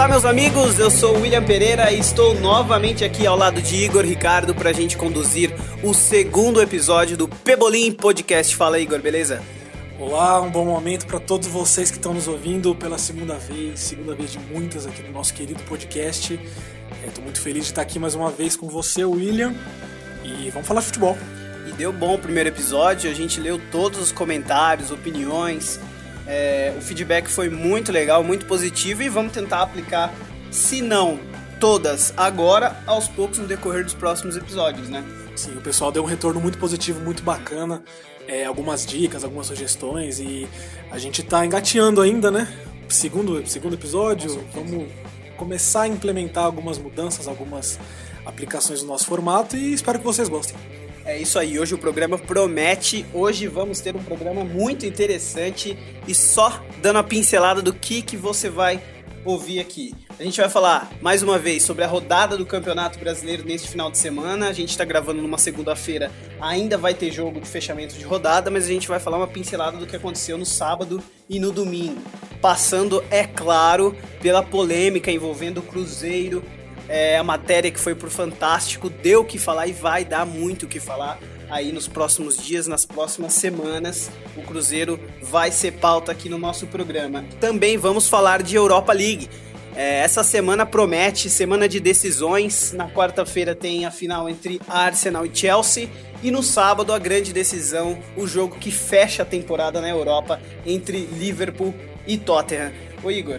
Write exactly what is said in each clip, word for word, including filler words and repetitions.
meus amigos, eu sou o William Pereira e estou novamente aqui ao lado de Igor Ricardo para a gente conduzir o segundo episódio do Pebolim Podcast. Fala, Igor, beleza? Olá, um bom momento para todos vocês que estão nos ouvindo pela segunda vez, segunda vez de muitas aqui no nosso querido podcast. Estou muito feliz de estar aqui mais uma vez com você, William, e vamos falar de futebol. E deu bom o primeiro episódio, a gente leu todos os comentários, opiniões. É, o feedback foi muito legal, muito positivo e vamos tentar aplicar, se não todas agora, aos poucos no decorrer dos próximos episódios, né? Sim, o pessoal deu um retorno muito positivo, muito bacana, é, algumas dicas, algumas sugestões e a gente tá engateando ainda, né? Segundo, segundo episódio, vamos começar a implementar algumas mudanças, algumas aplicações no nosso formato e espero que vocês gostem. É isso aí, hoje o programa promete, hoje vamos ter um programa muito interessante e só dando a pincelada do que, que você vai ouvir aqui. A gente vai falar mais uma vez sobre a rodada do Campeonato Brasileiro neste final de semana, a gente está gravando numa segunda-feira, ainda vai ter jogo de fechamento de rodada, mas a gente vai falar uma pincelada do que aconteceu no sábado e no domingo, passando, é claro, pela polêmica envolvendo o Cruzeiro. É, a matéria que foi pro Fantástico deu o que falar e vai dar muito o que falar aí nos próximos dias, nas próximas semanas. O Cruzeiro vai ser pauta aqui no nosso programa. Também vamos falar de Europa League. É, essa semana promete, semana de decisões. Na quarta-feira tem a final entre Arsenal e Chelsea. E no sábado a grande decisão, o jogo que fecha a temporada na Europa entre Liverpool e Tottenham. Ô Igor,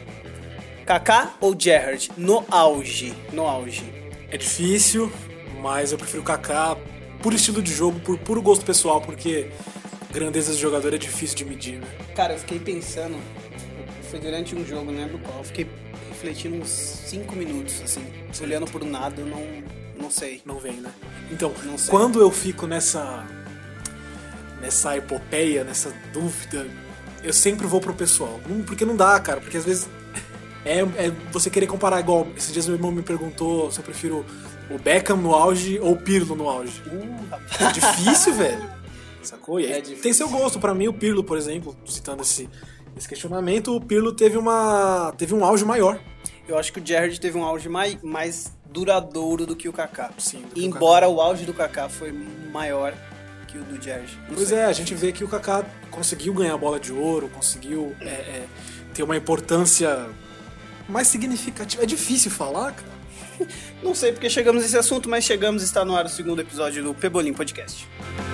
Kaká ou Gerrard no auge? No auge. É difícil, mas eu prefiro Kaká por estilo de jogo, por puro gosto pessoal, porque grandeza do jogador é difícil de medir, né? Cara, eu fiquei pensando, foi durante um jogo, não lembro qual, eu fiquei refletindo uns cinco minutos, assim, certo. Olhando por um nada, eu não, não sei. Não vem, né? Então, quando eu fico nessa, nessa epopeia, nessa dúvida, eu sempre vou pro pessoal. Porque não dá, cara, porque às vezes... É, é você querer comparar igual. Esses dias meu irmão me perguntou se eu prefiro o Beckham no auge ou o Pirlo no auge. Uh, é difícil, velho. Sacou? E aí, é tem seu gosto. Pra mim, o Pirlo, por exemplo, citando esse, esse questionamento, o Pirlo teve, uma, teve um auge maior. Eu acho que o Gerrard teve um auge mais, mais duradouro do que o Kaká. Sim, Embora o, o auge do Kaká foi maior que o do Gerrard. Pois sei. é, a gente vê que o Kaká conseguiu ganhar a bola de ouro, conseguiu é, é, ter uma importância mais significativo. É difícil falar, cara. Não sei porque chegamos nesse assunto, mas chegamos, está no ar o segundo episódio do Pebolim Podcast.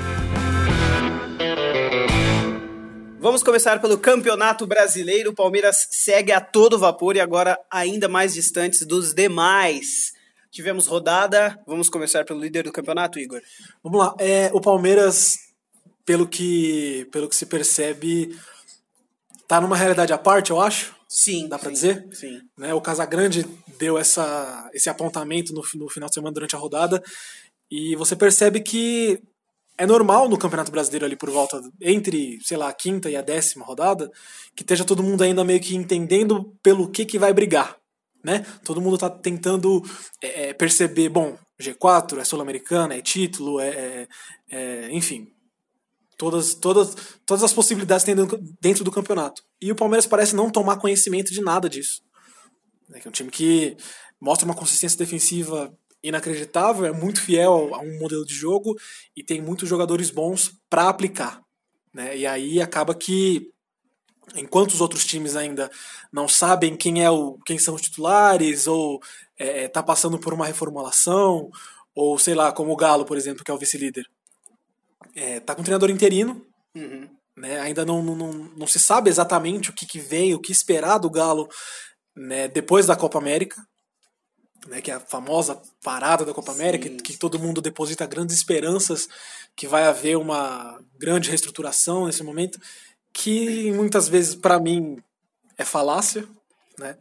Vamos começar pelo Campeonato Brasileiro. O Palmeiras segue a todo vapor e agora ainda mais distantes dos demais. Tivemos rodada. Vamos começar pelo líder do campeonato, Igor? Vamos lá. É, o Palmeiras, pelo que, pelo que se percebe, tá numa realidade à parte, eu acho. Sim. Dá pra sim, dizer? Sim. Né, o Casagrande deu essa, esse apontamento no, no final de semana durante a rodada e você percebe que é normal no Campeonato Brasileiro ali por volta entre, sei lá, a quinta e a décima rodada que esteja todo mundo ainda meio que entendendo pelo que que vai brigar, né? Todo mundo tá tentando é, perceber, bom, G quatro é Sul-Americana, é título, é, é, é enfim... Todas, todas, todas as possibilidades que tem dentro do campeonato. E o Palmeiras parece não tomar conhecimento de nada disso. É um time que mostra uma consistência defensiva inacreditável, é muito fiel a um modelo de jogo e tem muitos jogadores bons para aplicar. Né? E aí acaba que, enquanto os outros times ainda não sabem quem, é o, quem são os titulares, ou é, tá passando por uma reformulação, ou sei lá, como o Galo, por exemplo, que é o vice-líder. É, tá com um treinador interino, uhum. né, ainda não, não, não se sabe exatamente o que, que vem, o que esperar do Galo, né, depois da Copa América, né, que é a famosa parada da Copa Sim. América, que todo mundo deposita grandes esperanças que vai haver uma grande reestruturação nesse momento, que muitas vezes para mim é falácia, né,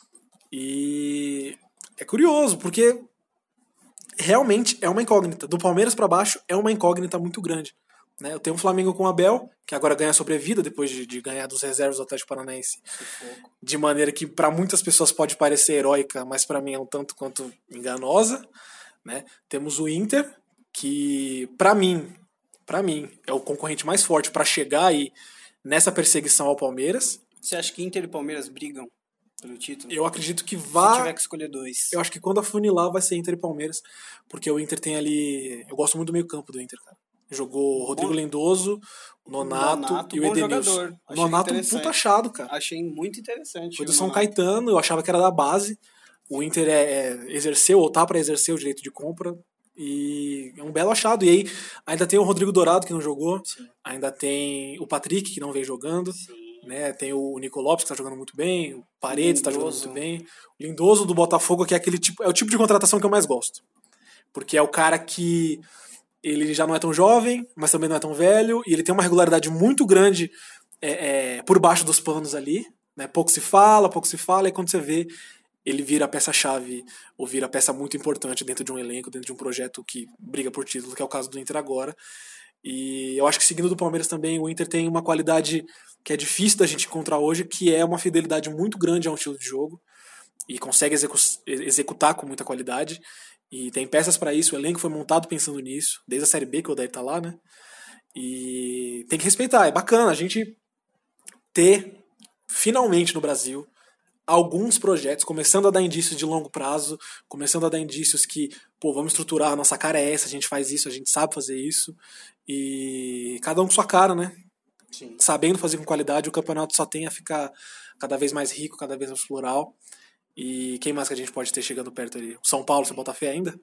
e é curioso, porque realmente é uma incógnita. Do Palmeiras para baixo é uma incógnita muito grande. Né? Eu tenho um Flamengo com o Abel, que agora ganha sobrevida depois de, de ganhar dos reservas do Atlético Paranaense. De maneira que para muitas pessoas pode parecer heróica, mas para mim é um tanto quanto enganosa. Né? Temos o Inter, que para mim, para mim é o concorrente mais forte para chegar aí nessa perseguição ao Palmeiras. Você acha que Inter e Palmeiras brigam pelo título? Eu acredito que vá... Se tiver que escolher dois. Eu acho que quando afunilar vai ser Inter e Palmeiras, porque o Inter tem ali... Eu gosto muito do meio campo do Inter, cara. Jogou o Rodrigo bom, Lindoso, o Nonato, Nonato e o Edenilson. O Nonato um puta achado, cara. Achei muito interessante. Foi do São Caetano, eu achava que era da base. O Inter é, é, exerceu, ou tá para exercer o direito de compra. E é um belo achado. E aí ainda tem o Rodrigo Dourado, que não jogou. Sim. Ainda tem o Patrick, que não vem jogando. Né? Tem o Nico Lopes, que tá jogando muito bem. O Paredes tá jogando muito bem. O Lindoso do Botafogo, que é aquele tipo, é o tipo de contratação que eu mais gosto. Porque é o cara que ele já não é tão jovem, mas também não é tão velho. E ele tem uma regularidade muito grande é, é, por baixo dos panos ali. Né? Pouco se fala, pouco se fala. E quando você vê, ele vira a peça-chave, ou vira a peça muito importante dentro de um elenco, dentro de um projeto que briga por título, que é o caso do Inter agora. E eu acho que seguindo do Palmeiras também, o Inter tem uma qualidade que é difícil da gente encontrar hoje, que é uma fidelidade muito grande a um estilo de jogo, e consegue execu- executar com muita qualidade, e tem peças para isso, o elenco foi montado pensando nisso, desde a Série B que o Odair tá lá, né? E tem que respeitar, é bacana a gente ter, finalmente no Brasil, alguns projetos, começando a dar indícios de longo prazo, começando a dar indícios que, pô, vamos estruturar, a nossa cara é essa, a gente faz isso, a gente sabe fazer isso, e cada um com sua cara, né? Sim. Sabendo fazer com qualidade, o campeonato só tem a ficar cada vez mais rico, cada vez mais plural. E quem mais que a gente pode ter chegando perto ali? O São Paulo, você bota fé ainda?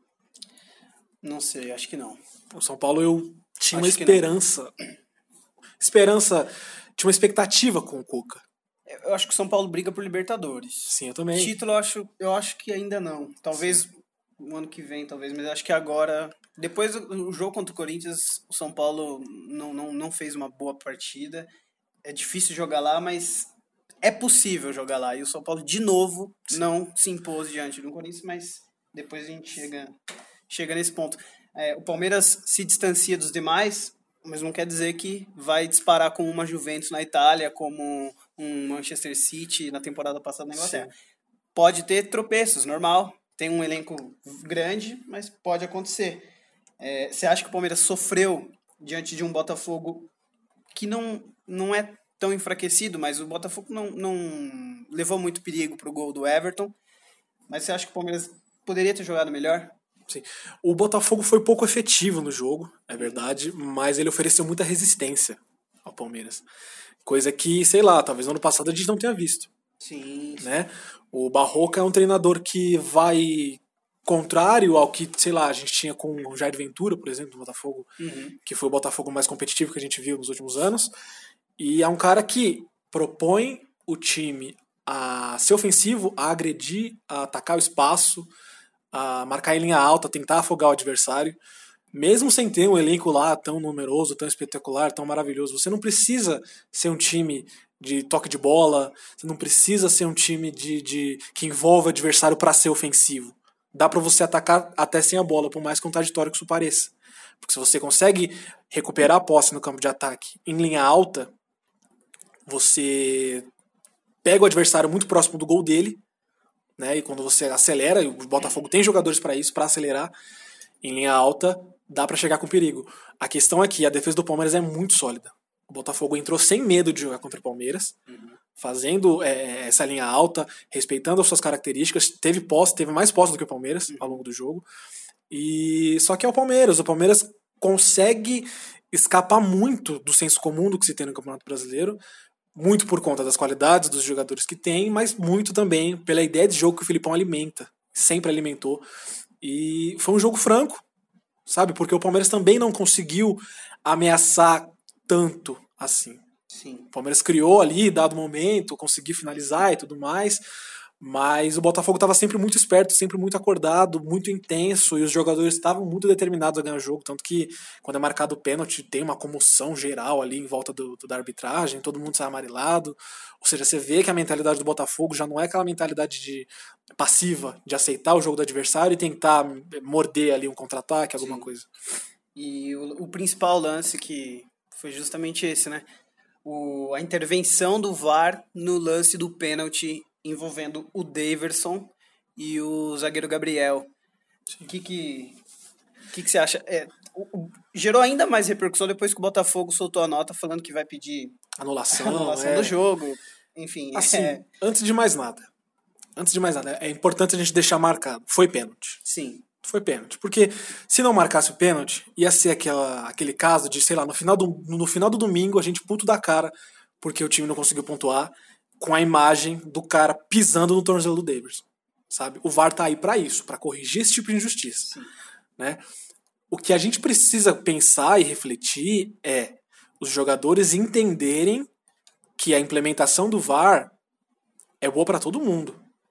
Não sei, acho que não. O São Paulo eu tinha acho uma esperança, esperança, tinha uma expectativa com o Cuca. Eu acho que o São Paulo briga por Libertadores. Sim, eu também. Título, eu acho, eu acho que ainda não. Talvez Sim. no ano que vem, talvez. Mas eu acho que agora... Depois do jogo contra o Corinthians, o São Paulo não, não, não fez uma boa partida. É difícil jogar lá, mas é possível jogar lá. E o São Paulo, de novo, Sim. não se impôs diante do Corinthians, mas depois a gente chega, chega nesse ponto. É, o Palmeiras se distancia dos demais, mas não quer dizer que vai disparar com uma Juventus na Itália, como um Manchester City na temporada passada na Inglaterra. Sim. Pode ter tropeços, normal. Tem um elenco grande, mas pode acontecer. É, você acha que o Palmeiras sofreu diante de um Botafogo que não, não é tão enfraquecido, mas o Botafogo não, não levou muito perigo pro gol do Everton. Mas você acha que o Palmeiras poderia ter jogado melhor? Sim. O Botafogo foi pouco efetivo no jogo, é verdade, mas ele ofereceu muita resistência ao Palmeiras. Coisa que, sei lá, talvez no ano passado a gente não tenha visto. Sim. Né? O Barroca é um treinador que vai contrário ao que, sei lá, a gente tinha com o Jair Ventura, por exemplo, do Botafogo, uhum. que foi o Botafogo mais competitivo que a gente viu nos últimos anos. E é um cara que propõe o time a ser ofensivo, a agredir, a atacar o espaço, a marcar em linha alta, tentar afogar o adversário, mesmo sem ter um elenco lá tão numeroso, tão espetacular, tão maravilhoso. Você não precisa ser um time de toque de bola, você não precisa ser um time de, de que envolve o adversário para ser ofensivo. Dá para você atacar até sem a bola, por mais contraditório que isso pareça. Porque se você consegue recuperar a posse no campo de ataque em linha alta, você pega o adversário muito próximo do gol dele, né? E quando você acelera, e o Botafogo tem jogadores para isso, para acelerar em linha alta, dá para chegar com perigo. A questão é que a defesa do Palmeiras é muito sólida. O Botafogo entrou sem medo de jogar contra o Palmeiras, uhum. fazendo é, essa linha alta, respeitando as suas características, teve posse, teve mais posse do que o Palmeiras uhum. ao longo do jogo. E só que é o Palmeiras, o Palmeiras consegue escapar muito do senso comum do que se tem no Campeonato Brasileiro, muito por conta das qualidades dos jogadores que tem, mas muito também pela ideia de jogo que o Filipão alimenta, sempre alimentou. E foi um jogo franco, sabe? Porque o Palmeiras também não conseguiu ameaçar tanto assim. Sim. O Palmeiras criou ali, dado momento, conseguiu finalizar e tudo mais, mas o Botafogo estava sempre muito esperto, sempre muito acordado, muito intenso, e os jogadores estavam muito determinados a ganhar o jogo, tanto que quando é marcado o pênalti tem uma comoção geral ali em volta do, do, da arbitragem, todo mundo sai amarelado, ou seja, você vê que a mentalidade do Botafogo já não é aquela mentalidade de passiva, de aceitar o jogo do adversário e tentar morder ali um contra-ataque, alguma Sim. coisa. E o, o principal lance que foi justamente esse, né? O, a intervenção do V A R no lance do pênalti envolvendo o Daverson e o zagueiro Gabriel. O que que, que que você acha? É, o, o, gerou ainda mais repercussão depois que o Botafogo soltou a nota falando que vai pedir anulação, anulação é. do jogo. enfim... Assim, é... antes de mais nada, antes de mais nada, é importante a gente deixar marcado, foi pênalti. Sim. Foi pênalti, porque se não marcasse o pênalti, ia ser aquela, aquele caso de, sei lá, no final, do, no final do domingo, a gente puto da cara, porque o time não conseguiu pontuar, com a imagem do cara pisando no tornozelo do Davidson, sabe? O V A R tá aí pra isso, pra corrigir esse tipo de injustiça, Sim. né? O que a gente precisa pensar e refletir é os jogadores entenderem que a implementação do V A R é boa pra todo mundo,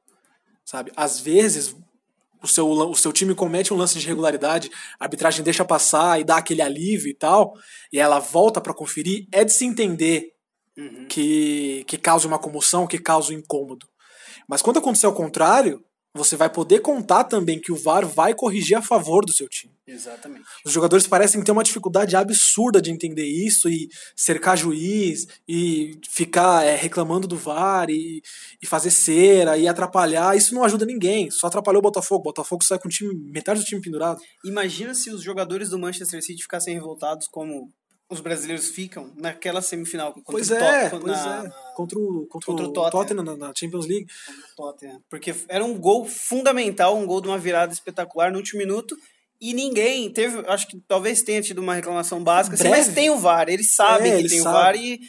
sabe? Às vezes o seu, o seu time comete um lance de irregularidade, a arbitragem deixa passar e dá aquele alívio e tal, e ela volta pra conferir, é de se entender uhum. que, que causa uma comoção, que causa um incômodo. Mas quando acontecer ao contrário, você vai poder contar também que o V A R vai corrigir a favor do seu time. Exatamente. Os jogadores parecem ter uma dificuldade absurda de entender isso e cercar juiz e ficar é, reclamando do V A R e, e fazer cera e atrapalhar. Isso não ajuda ninguém. Só atrapalhou o Botafogo. O Botafogo sai com o time, metade do time pendurado. Imagina se os jogadores do Manchester City ficassem revoltados como os brasileiros ficam naquela semifinal contra pois o é, Tot- pois na, é. Contra o, contra contra o o Tottenham, Tottenham na, na Champions League. Tottenham. Porque era um gol fundamental, um gol de uma virada espetacular no último minuto. E ninguém teve, acho que talvez tenha tido uma reclamação básica, assim, mas tem o V A R, eles sabem É, que eles tem sabem. o V A R e,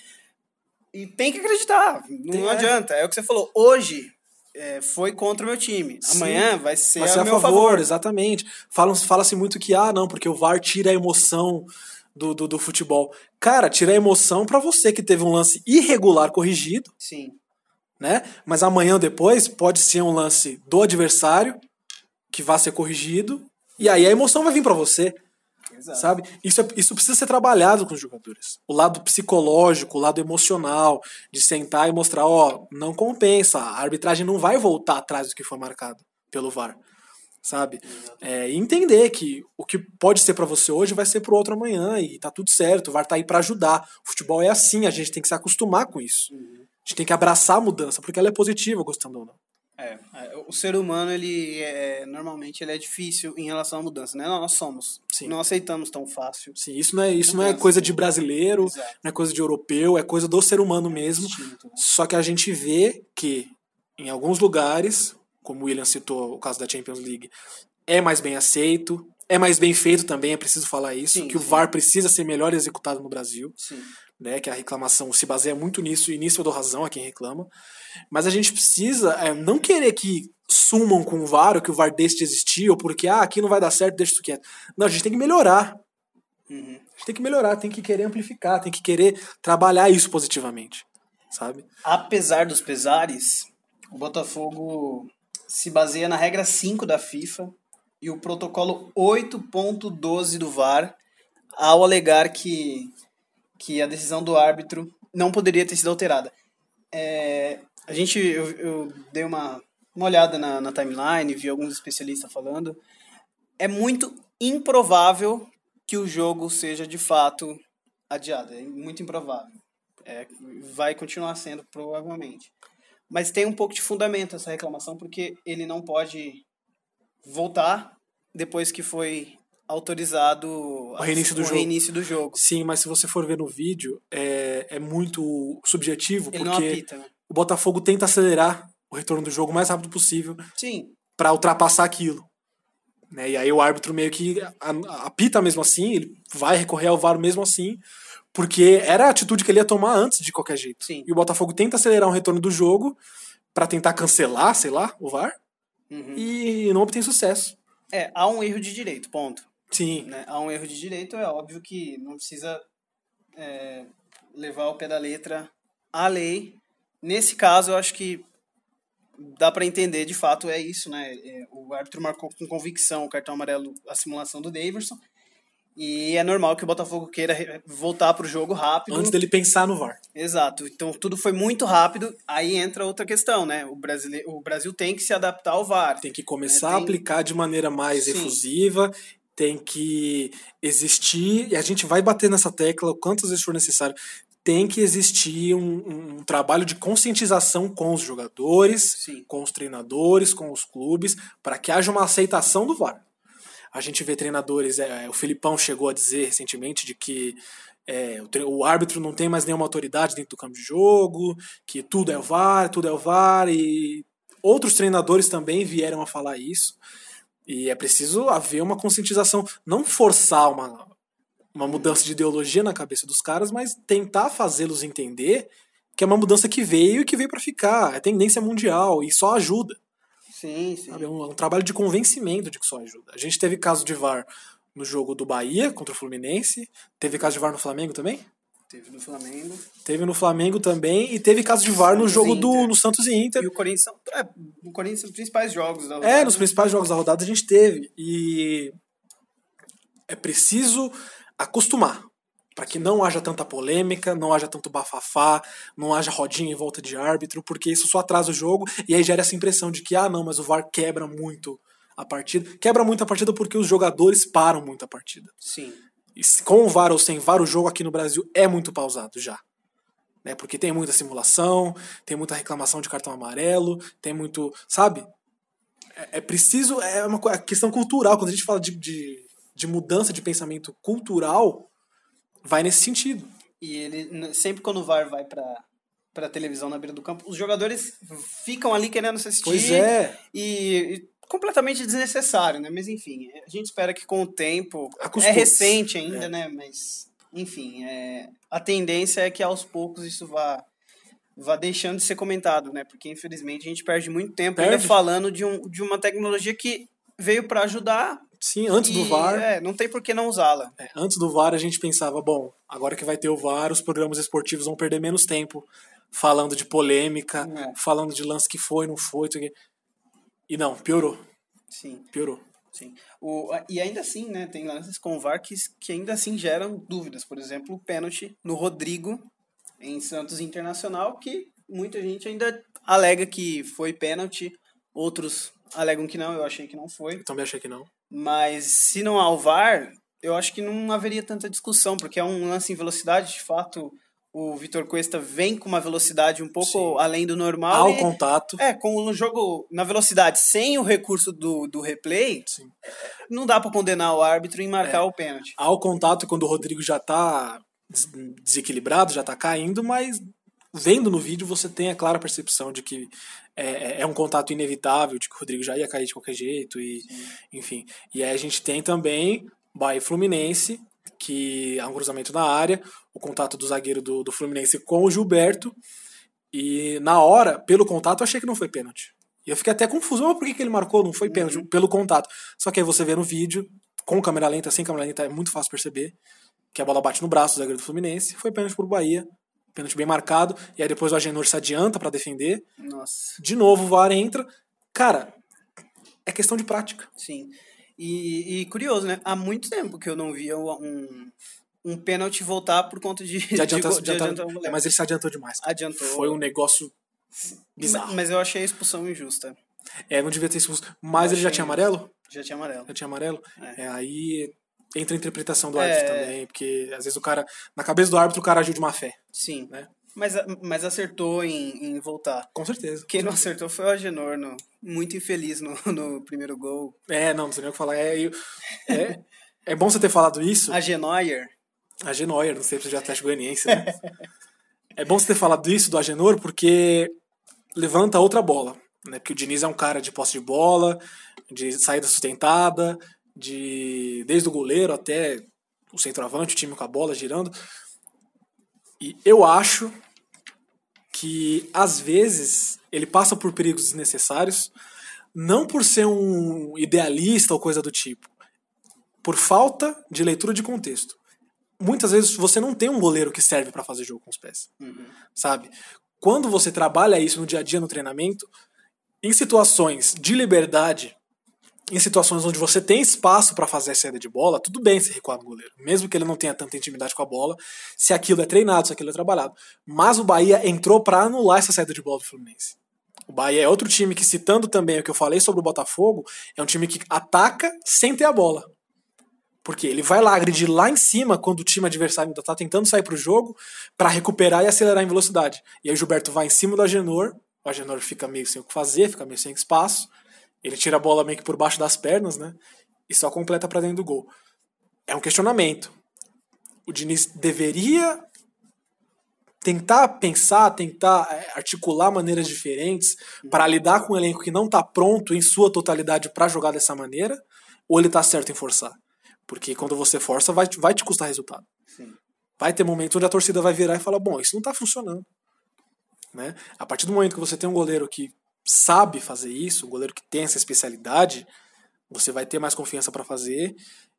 e tem que acreditar, não Tem, é. adianta. É o que você falou, hoje é, foi contra o meu time, Sim. amanhã vai ser, Vai ser a a meu favor, favor. exatamente. Falam, fala-se muito que, ah, não, porque o V A R tira a emoção do, do, do futebol. Cara, tira a emoção pra você que teve um lance irregular corrigido, Sim. né? Mas amanhã ou depois pode ser um lance do adversário que vai ser corrigido e aí a emoção vai vir pra você. Exato. Sabe? Isso, é, isso precisa ser trabalhado com os jogadores. O lado psicológico, o lado emocional, de sentar e mostrar, ó, não compensa, a arbitragem não vai voltar atrás do que foi marcado pelo V A R. Sabe? É, e entender que o que pode ser pra você hoje vai ser pro outro amanhã e tá tudo certo, o V A R tá aí pra ajudar. O futebol é assim, a gente tem que se acostumar com isso. Uhum. A gente tem que abraçar a mudança, porque ela é positiva, gostando ou não. É, o ser humano, ele é, normalmente, ele é difícil em relação à mudança, né? Nós somos, Sim. não aceitamos tão fácil. Sim, isso não é, isso não é coisa de brasileiro, Exato. Não é coisa de europeu, é coisa do ser humano mesmo. Só que a gente vê que, em alguns lugares, como o William citou o caso da Champions League, é mais bem aceito, é mais bem feito também, é preciso falar isso, sim, que sim. o V A R precisa ser melhor executado no Brasil, né, que a reclamação se baseia muito nisso, e nisso eu dou razão a quem reclama. Mas a gente precisa é, não querer que sumam com o V A R, ou que o V A R deixe de existir, ou porque ah, aqui não vai dar certo, deixa isso quieto. Não, a gente tem que melhorar. Uhum. A gente tem que melhorar, tem que querer amplificar, tem que querer trabalhar isso positivamente, sabe? Apesar dos pesares, o Botafogo se baseia na regra cinco da FIFA e o protocolo oito ponto doze do V A R ao alegar que, que a decisão do árbitro não poderia ter sido alterada. É, a gente, eu, eu dei uma, uma olhada na, na timeline, vi alguns especialistas falando. É muito improvável que o jogo seja de fato adiado. É muito improvável. É, vai continuar sendo, provavelmente. Mas tem um pouco de fundamento essa reclamação, porque ele não pode voltar depois que foi autorizado o reinício do, o jogo. reinício do jogo. Sim, mas se você for ver no vídeo, é, é muito subjetivo, ele porque não apita, né? O Botafogo tenta acelerar o retorno do jogo o mais rápido possível para ultrapassar aquilo. Né? E aí o árbitro meio que apita mesmo assim, ele vai recorrer ao V A R mesmo assim, porque era a atitude que ele ia tomar antes de qualquer jeito. Sim. E o Botafogo tenta acelerar o retorno do jogo para tentar cancelar, sei lá, o V A R, uhum. e não obtém sucesso. É, há um erro de direito, ponto. Sim. Né? Há um erro de direito, é óbvio que não precisa é, levar ao pé da letra a lei. Nesse caso, eu acho que dá para entender, de fato, é isso, né? É, o árbitro marcou com convicção o cartão amarelo, a simulação do Davidson, e é normal que o Botafogo queira voltar pro jogo rápido. Antes dele pensar no V A R. Exato. Então, tudo foi muito rápido, aí entra outra questão, né? O, brasile... o Brasil tem que se adaptar ao V A R. Tem que começar né? tem... a aplicar de maneira mais Sim. efusiva, tem que existir, e a gente vai bater nessa tecla quantas vezes for necessário, tem que existir um, um trabalho de conscientização com os jogadores, Sim. com os treinadores, com os clubes, para que haja uma aceitação do V A R. A gente vê treinadores, é, o Felipão chegou a dizer recentemente de que é, o, tre- o árbitro não tem mais nenhuma autoridade dentro do campo de jogo, que tudo é o V A R, tudo é o V A R, e outros treinadores também vieram a falar isso. E é preciso haver uma conscientização, não forçar uma, uma mudança de ideologia na cabeça dos caras, mas tentar fazê-los entender que é uma mudança que veio e que veio para ficar. É tendência mundial e só ajuda. Sim, sim. Sabe? É um, é um trabalho de convencimento de que só ajuda. A gente teve caso de V A R no jogo do Bahia contra o Fluminense. Teve caso de V A R no Flamengo também? Teve no Flamengo. Teve no Flamengo também. E teve caso de V A R no Santos jogo e do Inter. no Santos e Inter. E o Corinthians são, é, o Corinthians são os principais jogos da rodada. É, nos principais jogos da rodada a gente teve. E é preciso acostumar para que não haja tanta polêmica, não haja tanto bafafá, não haja rodinha em volta de árbitro, porque isso só atrasa o jogo e aí gera essa impressão de que, ah, não, mas o V A R quebra muito a partida. Quebra muito a partida porque os jogadores param muito a partida. Sim. E se- com o V A R ou sem V A R, o jogo aqui no Brasil é muito pausado já. Né? Porque tem muita simulação, tem muita reclamação de cartão amarelo, tem muito. Sabe? É, é preciso. É uma co- é questão cultural. Quando a gente fala de, de, de mudança de pensamento cultural, vai nesse sentido. E ele, n- sempre quando o V A R vai pra, pra televisão na beira do campo, os jogadores ficam ali querendo se assistir. Pois é. E, e completamente desnecessário, né? Mas enfim, a gente espera que com o tempo. Acostume-se. É recente ainda, É. né? Mas, enfim, é, a tendência é que aos poucos isso vá, vá deixando de ser comentado, né? Porque infelizmente a gente perde muito tempo ainda Perde. falando de, um, de uma tecnologia que veio pra ajudar. Sim, antes do e, V A R. É, não tem por que não usá-la. É, antes do V A R a gente pensava, bom, agora que vai ter o V A R, os programas esportivos vão perder menos tempo falando de polêmica, É. falando de lance que foi, não foi, tudo aqui. E não, piorou, Sim. piorou. Sim. O, e ainda assim, né, tem lances com o V A R que, que ainda assim geram dúvidas. Por exemplo, o pênalti no Rodrigo em Santos Internacional, que muita gente ainda alega que foi pênalti, outros alegam que não, eu achei que não foi. Eu também achei que não. Mas se não há o V A R, eu acho que não haveria tanta discussão, porque é um lance em velocidade, de fato, o Vitor Cuesta vem com uma velocidade um pouco Sim. além do normal. Ao e- contato, É, com o jogo na velocidade, sem o recurso do, do replay, sim. não dá pra condenar o árbitro em marcar É. o pênalti. Ao contato quando o Rodrigo já tá des- desequilibrado, já tá caindo, mas vendo no vídeo você tem a clara percepção de que é, é um contato inevitável, de que o Rodrigo já ia cair de qualquer jeito, e enfim. E aí a gente tem também Bahia e Fluminense, que há um cruzamento na área, o contato do zagueiro do, do Fluminense com o Gilberto, e na hora, pelo contato, eu achei que não foi pênalti. E eu fiquei até confuso, mas por que, que ele marcou? Não foi pênalti, pelo contato. Só que aí você vê no vídeo, com câmera lenta, sem câmera lenta, é muito fácil perceber que a bola bate no braço do zagueiro do Fluminense, foi pênalti pro Bahia, pênalti bem marcado, e aí depois o Agenor se adianta pra defender, Nossa, de novo o V A R entra. Cara, é questão de prática. sim. E, e curioso, né? Há muito tempo que eu não via um, um pênalti voltar por conta de, De adianta, de, de adianta- adiantar o goleiro. mas ele se adiantou demais. cara. Adiantou. Foi um negócio bizarro. Mas, mas eu achei a expulsão injusta. É, não devia ter expulso. Mas Eu ele já achei tinha amarelo? Já tinha amarelo. Já tinha amarelo? É. É, aí entra a interpretação do É. árbitro também, porque às vezes o cara, na cabeça do árbitro, o cara agiu de má fé, Sim. né? Mas, mas acertou em, em voltar. Com certeza. Quem não acertou foi o Agenor, no, muito infeliz no, no primeiro gol. É, não, não sei nem o que falar. É, eu- é, é bom você ter falado isso. Agenor, A Genoyer, não sei se já Atlético Goianiense, né? É bom você ter falado isso do Agenor, porque levanta outra bola, né? Porque o Diniz é um cara de posse de bola, de saída sustentada, de desde o goleiro até o centroavante, o time com a bola girando. E eu acho que, às vezes, ele passa por perigos desnecessários, não por ser um idealista ou coisa do tipo, por falta de leitura de contexto. Muitas vezes você não tem um goleiro que serve para fazer jogo com os pés, sabe? Quando você trabalha isso no dia a dia, no treinamento, em situações de liberdade, em situações onde você tem espaço para fazer a saída de bola, tudo bem se recuar no goleiro, mesmo que ele não tenha tanta intimidade com a bola, se aquilo é treinado, se aquilo é trabalhado. Mas o Bahia entrou para anular essa saída de bola do Fluminense. O Bahia é outro time que, citando também o que eu falei sobre o Botafogo, é um time que ataca sem ter a bola. Porque ele vai lá agredir lá em cima quando o time adversário ainda tá tentando sair pro jogo para recuperar e acelerar em velocidade. E aí o Gilberto vai em cima do Agenor, o Agenor fica meio sem o que fazer, fica meio sem espaço, ele tira a bola meio que por baixo das pernas, né? e só completa pra dentro do gol. É um questionamento. O Diniz deveria tentar pensar, tentar articular maneiras diferentes para lidar com um elenco que não está pronto em sua totalidade para jogar dessa maneira, ou ele está certo em forçar? Porque quando você força, vai, vai te custar resultado. Sim. Vai ter momento onde a torcida vai virar e falar, bom, isso não está funcionando. Né? A partir do momento que você tem um goleiro que sabe fazer isso, um goleiro que tem essa especialidade, você vai ter mais confiança para fazer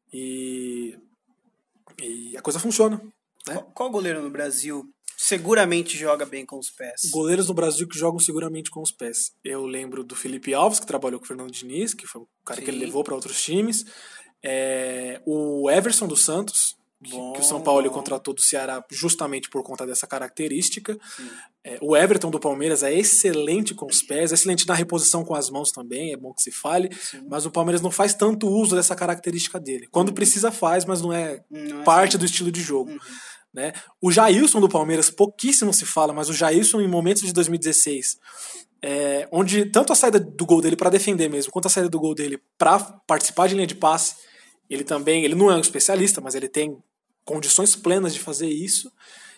e, e a coisa funciona. Né? Qual, qual goleiro no Brasil seguramente joga bem com os pés? Goleiros no Brasil que jogam seguramente com os pés. Eu lembro do Felipe Alves, que trabalhou com o Fernando Diniz, que foi o cara Sim. que ele levou para outros times. É, o Everson dos Santos, bom, que, que o São Paulo ele contratou do Ceará justamente por conta dessa característica. É, o Everton do Palmeiras é excelente com os pés, excelente na reposição com as mãos também, é bom que se fale, Sim. mas o Palmeiras não faz tanto uso dessa característica dele. Quando uhum. precisa faz, mas não é, não é parte assim. do estilo de jogo. Uhum. Né? O Jailson do Palmeiras, pouquíssimo se fala, mas o Jailson em momentos de dois mil e dezesseis, é, onde tanto a saída do gol dele para defender mesmo, quanto a saída do gol dele para participar de linha de passe, ele também, ele não é um especialista, mas ele tem condições plenas de fazer isso.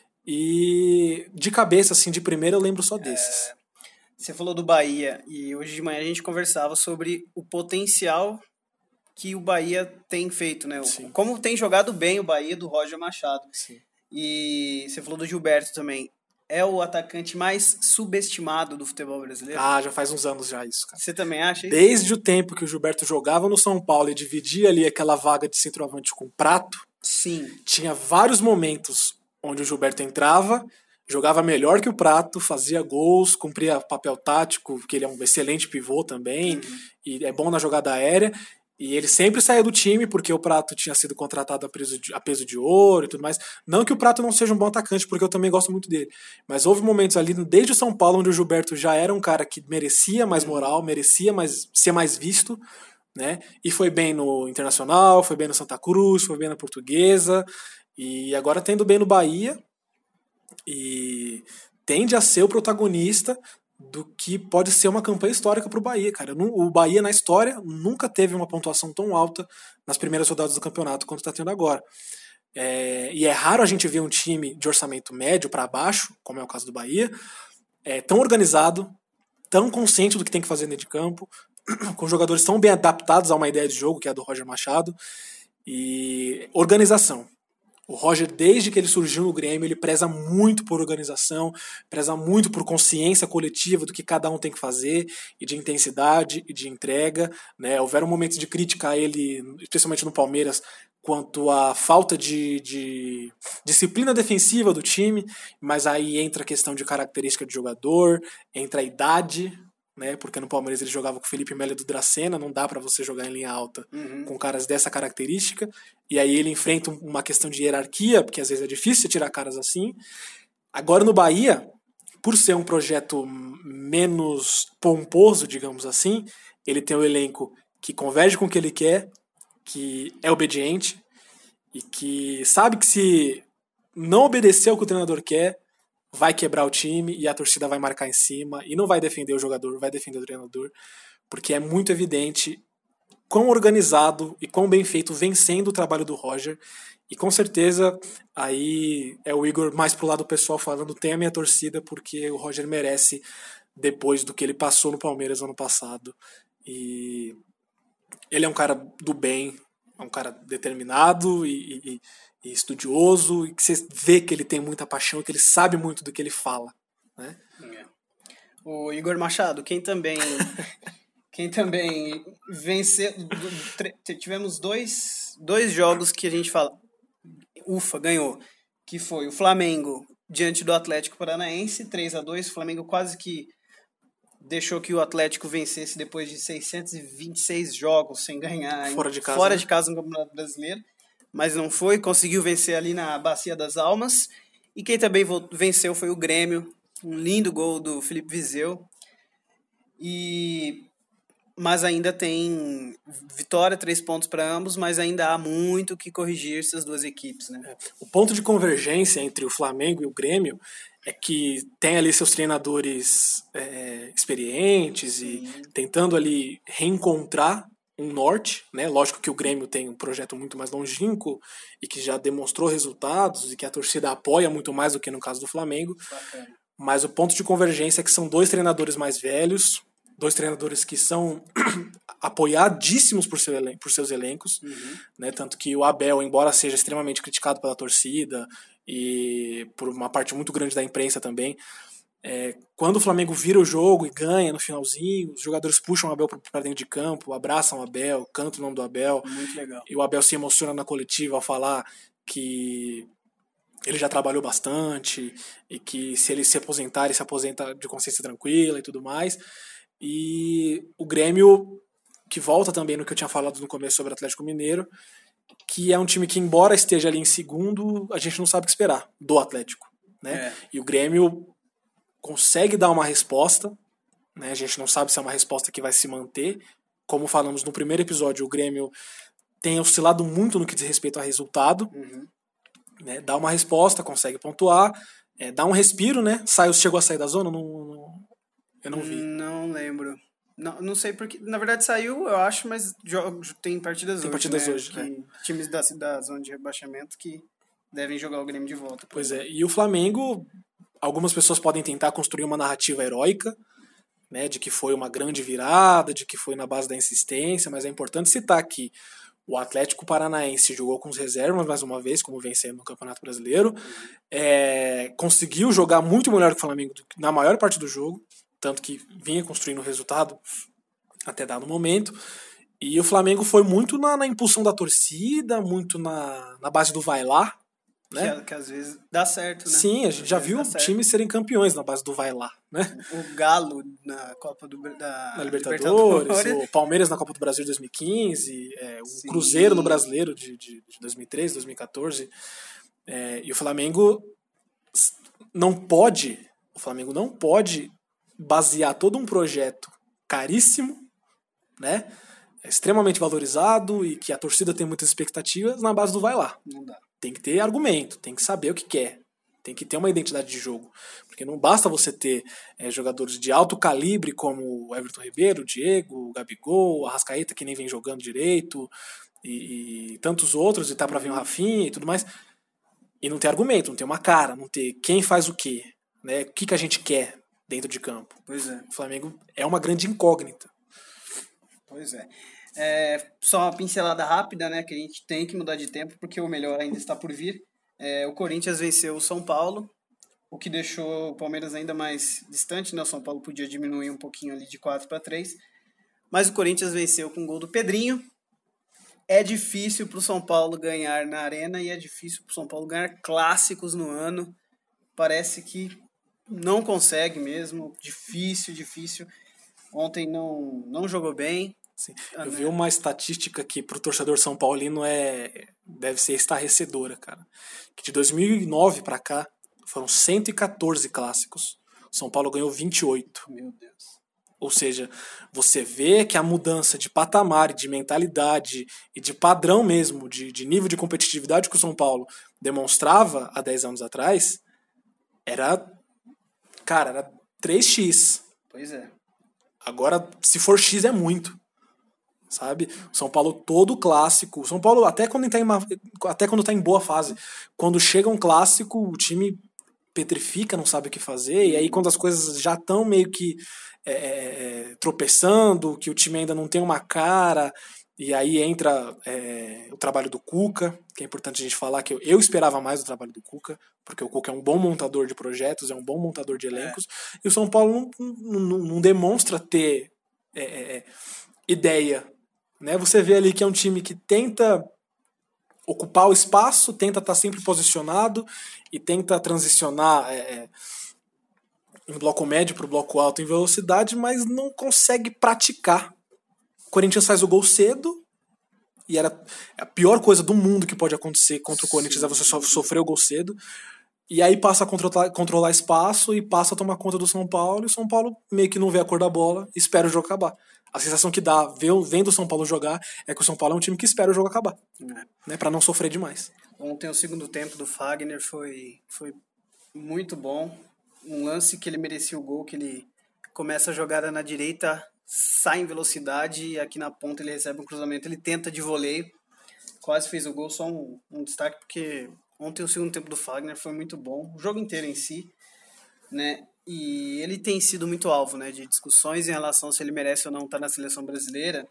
E de cabeça, assim, de primeira eu lembro só desses. É, você falou do Bahia e hoje de manhã a gente conversava sobre o potencial que o Bahia tem feito, né? Sim. Como tem jogado bem o Bahia do Roger Machado. Sim. E você falou do Gilberto também. É o atacante mais subestimado do futebol brasileiro? Ah, já faz uns anos já isso, cara. Você também acha isso? Desde o tempo que o Gilberto jogava no São Paulo e dividia ali aquela vaga de centroavante com o Prato, Sim. tinha vários momentos onde o Gilberto entrava, jogava melhor que o Prato, fazia gols, cumpria papel tático, porque ele é um excelente pivô também, uhum. e é bom na jogada aérea. E ele sempre saía do time porque o Prato tinha sido contratado a peso, de, a peso de ouro e tudo mais. Não que o Prato não seja um bom atacante, porque eu também gosto muito dele. Mas houve momentos ali, desde o São Paulo, onde o Gilberto já era um cara que merecia mais moral, merecia mais, ser mais visto, né? E foi bem no Internacional, foi bem no Santa Cruz, foi bem na Portuguesa. E agora tendo bem no Bahia. E tende a ser o protagonista do que pode ser uma campanha histórica para o Bahia, cara. O Bahia, na história, nunca teve uma pontuação tão alta nas primeiras rodadas do campeonato quanto está tendo agora. É, e é raro a gente ver um time de orçamento médio para baixo, como é o caso do Bahia, é, tão organizado, tão consciente do que tem que fazer dentro de campo, com jogadores tão bem adaptados a uma ideia de jogo, que é a do Roger Machado, e organização. O Roger, desde que ele surgiu no Grêmio, ele preza muito por organização, preza muito por consciência coletiva do que cada um tem que fazer, e de intensidade e de entrega. Né? Houveram momentos de crítica a ele, especialmente no Palmeiras, quanto à falta de, de disciplina defensiva do time, mas aí entra a questão de característica de jogador, entra a idade, né? Porque no Palmeiras ele jogava com o Felipe Melo do Dracena, não dá para você jogar em linha alta uhum. com caras dessa característica, e aí ele enfrenta uma questão de hierarquia, porque às vezes é difícil tirar caras assim. Agora no Bahia, por ser um projeto menos pomposo, digamos assim, ele tem um elenco que converge com o que ele quer, que é obediente, e que sabe que se não obedecer ao que o treinador quer, vai quebrar o time e a torcida vai marcar em cima e não vai defender o jogador, vai defender o treinador, porque é muito evidente quão organizado e quão bem feito vem sendo o trabalho do Roger. E com certeza aí é o Igor mais pro lado pessoal falando, tem a minha torcida, porque o Roger merece depois do que ele passou no Palmeiras ano passado. E ele é um cara do bem, é um cara determinado e, e e estudioso, e que você vê que ele tem muita paixão, que ele sabe muito do que ele fala, né? É. O Igor Machado, quem também quem também venceu, tivemos dois, dois jogos que a gente fala, ufa, ganhou, que foi o Flamengo diante do Atlético Paranaense, três a dois, o Flamengo quase que deixou que o Atlético vencesse depois de seiscentos e vinte e seis jogos sem ganhar fora de casa, fora né? de casa no Campeonato Brasileiro. Mas não foi, conseguiu vencer ali na Bacia das Almas. E quem também venceu foi o Grêmio, um lindo gol do Felipe Viseu. E... Mas ainda tem vitória, três pontos para ambos, mas ainda há muito que corrigir essas duas equipes, né? O ponto de convergência entre o Flamengo e o Grêmio é que tem ali seus treinadores é, experientes Sim. e tentando ali reencontrar um norte, né? Lógico que o Grêmio tem um projeto muito mais longínquo e que já demonstrou resultados e que a torcida apoia muito mais do que no caso do Flamengo. Bacana. Mas o ponto de convergência é que são dois treinadores mais velhos, dois treinadores que são apoiadíssimos por, seu elen- por seus elencos, Uhum. né? Tanto que o Abel, embora seja extremamente criticado pela torcida e por uma parte muito grande da imprensa também, É, quando o Flamengo vira o jogo e ganha no finalzinho, os jogadores puxam o Abel para dentro de campo, abraçam o Abel, cantam o nome do Abel. Muito legal. E o Abel se emociona na coletiva ao falar que ele já trabalhou bastante e que se ele se aposentar, ele se aposenta de consciência tranquila e tudo mais. E o Grêmio, que volta também no que eu tinha falado no começo sobre o Atlético Mineiro, que é um time que, embora esteja ali em segundo, a gente não sabe o que esperar do Atlético, né? É. E o Grêmio consegue dar uma resposta, né? A gente não sabe se é uma resposta que vai se manter. Como falamos no primeiro episódio, o Grêmio tem oscilado muito no que diz respeito a resultado. Uhum. Né? Dá uma resposta, consegue pontuar, é, dá um respiro, né? Saiu, chegou a sair da zona? Não, não, eu não vi. Não lembro. Não, não sei porque. Na verdade saiu, eu acho, mas jo- tem partidas Tem hoje. partidas né? hoje, que, é. Times da, da zona de rebaixamento que devem jogar o Grêmio de volta. Pois é, e o Flamengo, algumas pessoas podem tentar construir uma narrativa heróica, né, de que foi uma grande virada, de que foi na base da insistência, mas é importante citar que o Atlético Paranaense jogou com os reservas mais uma vez, como vem sendo no Campeonato Brasileiro, é, conseguiu jogar muito melhor que o Flamengo na maior parte do jogo, tanto que vinha construindo o resultado até dado momento, e o Flamengo foi muito na, na impulsão da torcida, muito na, na base do vai lá, né? Que, que às vezes dá certo, né? Sim, a gente já Às vezes viu dá certo. times serem campeões na base do vai lá, né? O Galo na Copa do da Na Libertadores, o Palmeiras na Copa do Brasil de dois mil e quinze, é, o Sim. Cruzeiro no Brasileiro de, de, de dois mil e treze, dois mil e quatorze. É, e o Flamengo não pode, o Flamengo não pode basear todo um projeto caríssimo, né? Extremamente valorizado e que a torcida tem muitas expectativas na base do vai lá. Não dá. Tem que ter argumento, tem que saber o que quer, tem que ter uma identidade de jogo. Porque não basta você ter é, jogadores de alto calibre como o Everton Ribeiro, o Diego, o Gabigol, o Arrascaeta, que nem vem jogando direito, e, e tantos outros, e tá pra vir o Rafinha e tudo mais, e não ter argumento, não ter uma cara, não ter quem faz o quê, né? O que, que a gente quer dentro de campo. Pois é. O Flamengo é uma grande incógnita. Pois é. É, só uma pincelada rápida, né? Que a gente tem que mudar de tempo, porque o melhor ainda está por vir. É, o Corinthians venceu o São Paulo, o que deixou o Palmeiras ainda mais distante, né? O São Paulo podia diminuir um pouquinho ali de quatro para três. Mas o Corinthians venceu com o gol do Pedrinho. É difícil para o São Paulo ganhar na Arena e é difícil para o São Paulo ganhar clássicos no ano. Parece que não consegue mesmo. Difícil, difícil. Ontem não, não jogou bem. Sim. Ah, Eu né? vi uma estatística que pro torcedor são paulino é deve ser estarrecedora, cara. Que de dois mil e nove pra cá foram cento e quatorze clássicos. O São Paulo ganhou vinte e oito. Meu Deus. Ou seja, você vê que a mudança de patamar, de mentalidade e de padrão mesmo, de, de nível de competitividade que o São Paulo demonstrava há dez anos atrás, era, cara, era três x. Pois é. Agora, se for X, é muito. Sabe? O São Paulo todo clássico. O São Paulo, até quando está em, uma, até quando tá em boa fase, quando chega um clássico, o time petrifica, não sabe o que fazer. E aí, quando as coisas já estão meio que é, é, tropeçando, que o time ainda não tem uma cara, e aí entra é, o trabalho do Cuca, que é importante a gente falar que eu, eu esperava mais do trabalho do Cuca, porque o Cuca é um bom montador de projetos, é um bom montador de elencos, é. E o São Paulo não, não, não demonstra ter é, é, ideia. Né? Você vê ali que é um time que tenta ocupar o espaço, tenta estar sempre posicionado e tenta transicionar é, em bloco médio para o bloco alto em velocidade, mas não consegue praticar. O Corinthians faz o gol cedo e era a pior coisa do mundo que pode acontecer contra o Corinthians. Sim. É você so, sofrer o gol cedo e aí passa a controlar, controlar espaço e passa a tomar conta do São Paulo, e o São Paulo meio que não vê a cor da bola e espera o jogo acabar. A sensação que dá vendo o São Paulo jogar é que o São Paulo é um time que espera o jogo acabar, é. Né, para não sofrer demais. Ontem o segundo tempo do Fagner foi, foi muito bom. Um lance que ele merecia o gol, que ele começa a jogada na direita, sai em velocidade e aqui na ponta ele recebe um cruzamento, ele tenta de voleio, quase fez o gol, só um, um destaque porque ontem o segundo tempo do Fagner foi muito bom, o jogo inteiro em si, né? E ele tem sido muito alvo, né, de discussões em relação se ele merece ou não estar na seleção brasileira.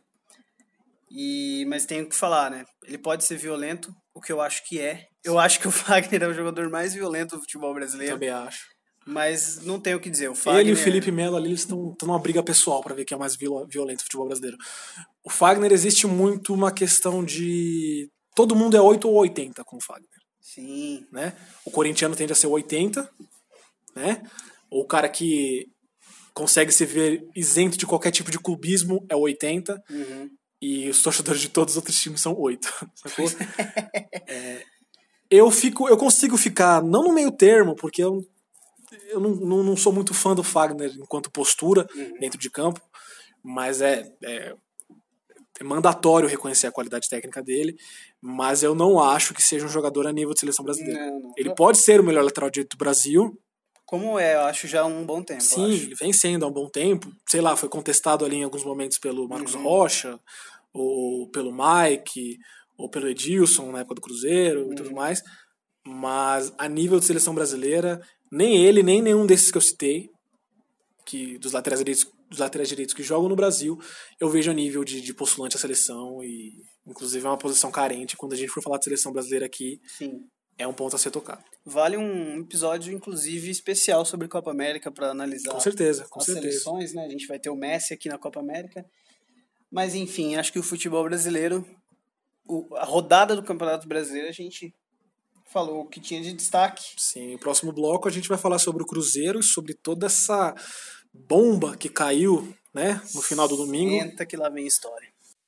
E, mas tenho que falar, né? Ele pode ser violento, o que eu acho que é. Eu acho que o Fagner é o jogador mais violento do futebol brasileiro. Também acho. Mas não tenho o que dizer. O Fagner... Ele e o Felipe Melo ali estão numa briga pessoal para ver quem é mais violento do futebol brasileiro. O Fagner existe muito uma questão de... Todo mundo é oito ou oitenta com o Fagner. Sim. Né? O corintiano tende a ser oitenta, né? O cara que consegue se ver isento de qualquer tipo de clubismo é oitenta. Uhum. E os torcedores de todos os outros times são oito. Sacou? é, eu, fico, eu consigo ficar, não no meio termo, porque eu, eu não, não, não sou muito fã do Fagner enquanto postura uhum. dentro de campo, mas é, é, é mandatório reconhecer a qualidade técnica dele, mas eu não acho que seja um jogador a nível de seleção brasileira. Não, não. Ele pode ser o melhor lateral direito do Brasil. Como é, eu acho já há um bom tempo. Sim, ele vem sendo há um bom tempo. Sei lá, foi contestado ali em alguns momentos pelo Marcos uhum. Rocha, ou pelo Mike, ou pelo Edilson na época do Cruzeiro uhum. e tudo mais. Mas a nível de seleção brasileira, nem ele, nem nenhum desses que eu citei, que, dos, laterais direitos, dos laterais direitos que jogam no Brasil, eu vejo a nível de, de postulante à seleção. E inclusive é uma posição carente. Quando a gente for falar de seleção brasileira aqui, Sim. é um ponto a ser tocado. Vale um episódio, inclusive, especial sobre Copa América para analisar com certeza, com as certeza. seleções, né? A gente vai ter o Messi aqui na Copa América. Mas, enfim, acho que o futebol brasileiro, o, a rodada do Campeonato Brasileiro, a gente falou o que tinha de destaque. Sim, no próximo bloco a gente vai falar sobre o Cruzeiro e sobre toda essa bomba que caiu, né, no final do domingo. Senta que lá vem história.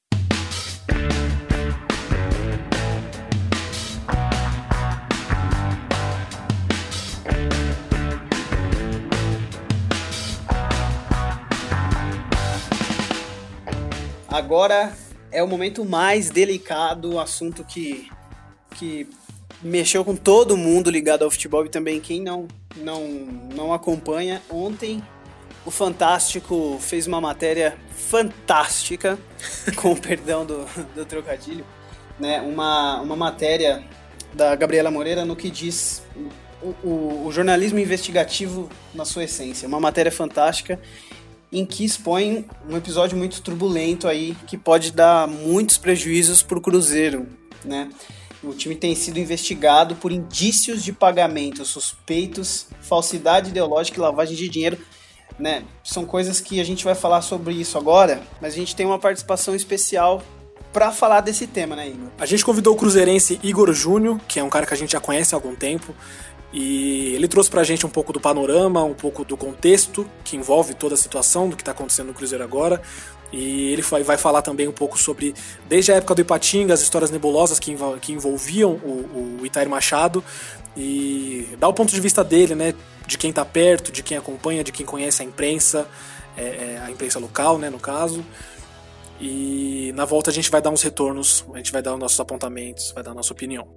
Agora é o momento mais delicado, o assunto que, que mexeu com todo mundo ligado ao futebol e também quem não, não, não acompanha. Ontem o Fantástico fez uma matéria fantástica, com o perdão do, do trocadilho, né? uma, uma matéria da Gabriela Moreira no que diz o, o, o jornalismo investigativo na sua essência. Uma matéria fantástica em que expõe um episódio muito turbulento aí, que pode dar muitos prejuízos para o Cruzeiro, né? O time tem sido investigado por indícios de pagamento suspeitos, falsidade ideológica e lavagem de dinheiro, né? São coisas que a gente vai falar sobre isso agora, mas a gente tem uma participação especial para falar desse tema, né, Igor? A gente convidou o cruzeirense Igor Júnior, que é um cara que a gente já conhece há algum tempo, e ele trouxe pra gente um pouco do panorama, um pouco do contexto que envolve toda a situação do que tá acontecendo no Cruzeiro agora. E ele vai falar também um pouco sobre, desde a época do Ipatinga, as histórias nebulosas que envolviam o, o Itair Machado, e dar o ponto de vista dele, né, de quem tá perto, de quem acompanha, de quem conhece a imprensa, é, a imprensa local, né, no caso. E na volta a gente vai dar uns retornos, a gente vai dar os nossos apontamentos, vai dar a nossa opinião.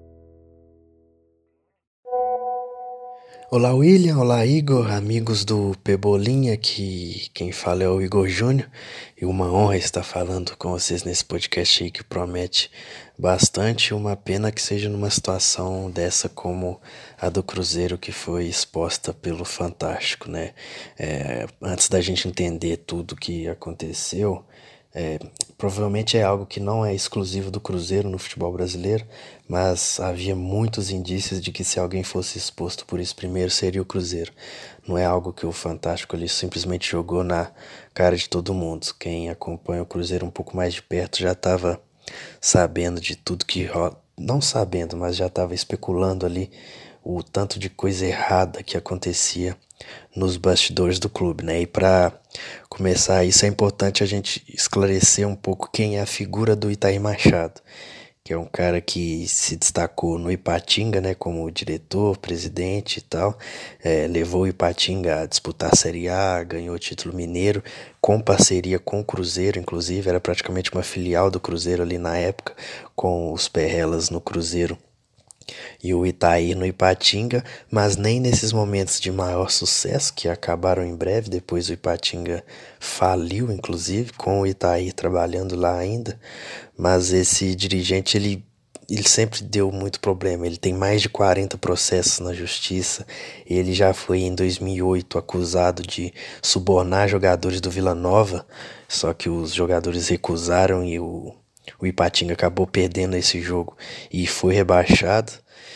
Olá William, olá Igor, amigos do Pebolinha, que quem fala é o Igor Júnior, e uma honra estar falando com vocês nesse podcast aí que promete bastante. Uma pena que seja numa situação dessa como a do Cruzeiro, que foi exposta pelo Fantástico, né? É, antes da gente entender tudo que aconteceu, É, provavelmente é algo que não é exclusivo do Cruzeiro no futebol brasileiro, mas havia muitos indícios de que se alguém fosse exposto por isso primeiro seria o Cruzeiro. Não é algo que o Fantástico ali simplesmente jogou na cara de todo mundo. Quem acompanha o Cruzeiro um pouco mais de perto já estava sabendo de tudo que rola, não sabendo, mas já estava especulando ali o tanto de coisa errada que acontecia nos bastidores do clube, né? E para começar isso é importante a gente esclarecer um pouco quem é a figura do Itair Machado, que é um cara que se destacou no Ipatinga, né, como diretor, presidente e tal, é, levou o Ipatinga a disputar a Série A, ganhou o título mineiro, com parceria com o Cruzeiro, inclusive, era praticamente uma filial do Cruzeiro ali na época, com os Perrelas no Cruzeiro, e o Itaí no Ipatinga, mas nem nesses momentos de maior sucesso, que acabaram em breve, depois o Ipatinga faliu, inclusive, com o Itaí trabalhando lá ainda, mas esse dirigente, ele, ele sempre deu muito problema, ele tem mais de quarenta processos na justiça, ele já foi em dois mil e oito acusado de subornar jogadores do Vila Nova, só que os jogadores recusaram e o O Ipatinga acabou perdendo esse jogo e foi rebaixado.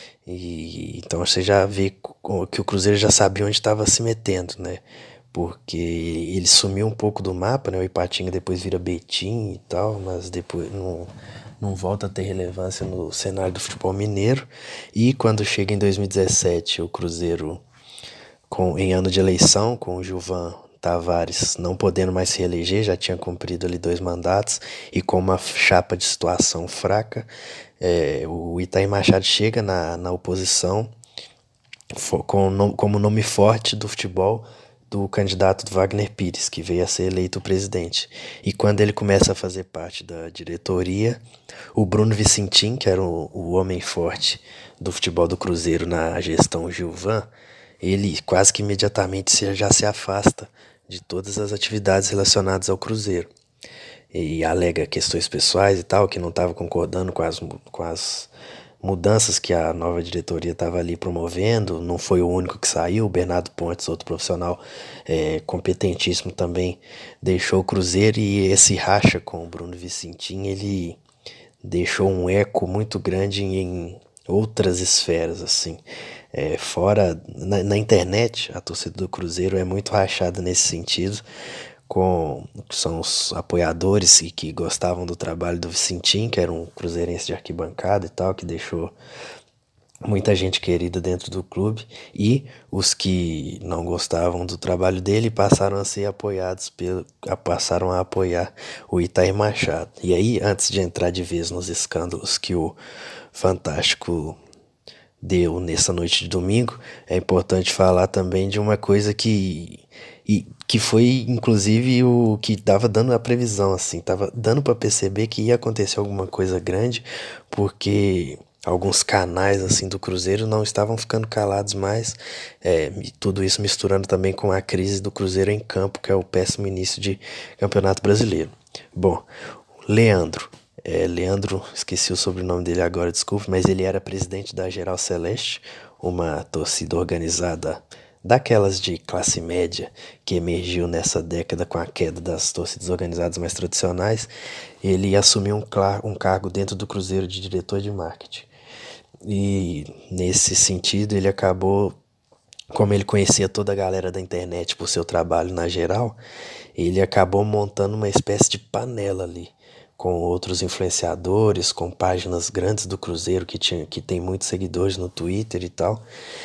E então você já vê que o Cruzeiro já sabia onde estava se metendo, né? Porque ele sumiu um pouco do mapa, né? O Ipatinga depois vira Betim e tal, mas depois não, não volta a ter relevância no cenário do futebol mineiro. E quando chega em dois mil e dezessete, o Cruzeiro, com, em ano de eleição, com o Gilvan Tavares não podendo mais se reeleger, já tinha cumprido ali dois mandatos, e com uma chapa de situação fraca, é, o Itaí Machado chega na, na oposição com, como nome forte do futebol do candidato Wagner Pires, que veio a ser eleito presidente. E quando ele começa a fazer parte da diretoria, o Bruno Vicentim, que era o, o homem forte do futebol do Cruzeiro na gestão Gilvan, ele quase que imediatamente já se afasta de todas as atividades relacionadas ao Cruzeiro. E alega questões pessoais e tal, que não estava concordando com as, com as mudanças que a nova diretoria estava ali promovendo. Não foi o único que saiu, o Bernardo Pontes, outro profissional é, competentíssimo também, deixou o Cruzeiro, e esse racha com o Bruno Vicentim, ele deixou um eco muito grande em outras esferas, assim. É, fora, na, na internet, a torcida do Cruzeiro é muito rachada nesse sentido, com são os apoiadores e que gostavam do trabalho do Vicentim, que era um cruzeirense de arquibancada e tal, que deixou muita gente querida dentro do clube, e os que não gostavam do trabalho dele passaram a ser apoiados pelo, passaram a apoiar o Itaí Machado. E aí, antes de entrar de vez nos escândalos que o Fantástico deu nessa noite de domingo, é importante falar também de uma coisa que, e, que foi inclusive o que estava dando a previsão, assim, estava dando para perceber que ia acontecer alguma coisa grande, porque alguns canais assim do Cruzeiro não estavam ficando calados mais, é, tudo isso misturando também com a crise do Cruzeiro em campo, que é o péssimo início de Campeonato Brasileiro. Bom, Leandro É, Leandro, esqueci o sobrenome dele agora, desculpe, mas ele era presidente da Geral Celeste, uma torcida organizada daquelas de classe média que emergiu nessa década com a queda das torcidas organizadas mais tradicionais. Ele assumiu um, um cargo dentro do Cruzeiro de diretor de marketing. E nesse sentido ele acabou, como ele conhecia toda a galera da internet por seu trabalho na Geral, ele acabou montando uma espécie de panela ali, com outros influenciadores, com páginas grandes do Cruzeiro que, tinha, que tem muitos seguidores no Twitter e tal.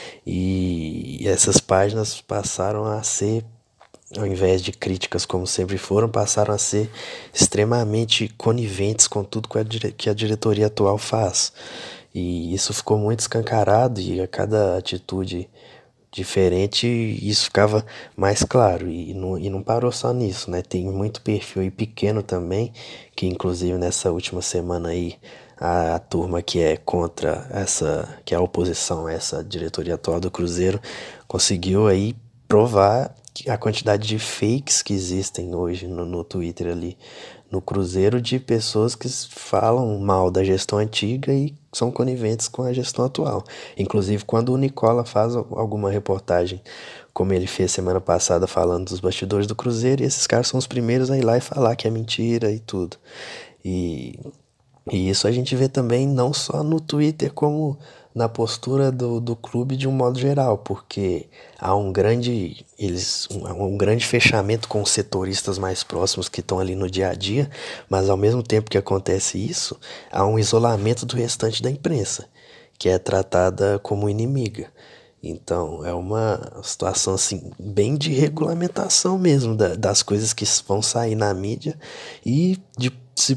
E essas páginas passaram a ser, ao invés de críticas como sempre foram, passaram a ser extremamente coniventes com tudo que a diretoria atual faz. E isso ficou muito escancarado, e a cada atitude diferente isso ficava mais claro, e não, e não parou só nisso, né? Tem muito perfil aí pequeno também, que inclusive nessa última semana aí a, a turma que é contra essa, que é a oposição a essa diretoria atual do Cruzeiro, conseguiu aí provar a quantidade de fakes que existem hoje no, no Twitter ali no Cruzeiro, de pessoas que falam mal da gestão antiga e são coniventes com a gestão atual. Inclusive, quando o Nicola faz alguma reportagem, como ele fez semana passada falando dos bastidores do Cruzeiro, e esses caras são os primeiros a ir lá e falar que é mentira e tudo. E, e isso a gente vê também não só no Twitter, como na postura do, do clube de um modo geral, porque há um grande, eles, um, um grande fechamento com os setoristas mais próximos que estão ali no dia a dia, mas ao mesmo tempo que acontece isso, há um isolamento do restante da imprensa, que é tratada como inimiga. Então é uma situação assim, bem de regulamentação mesmo da, das coisas que vão sair na mídia, e de se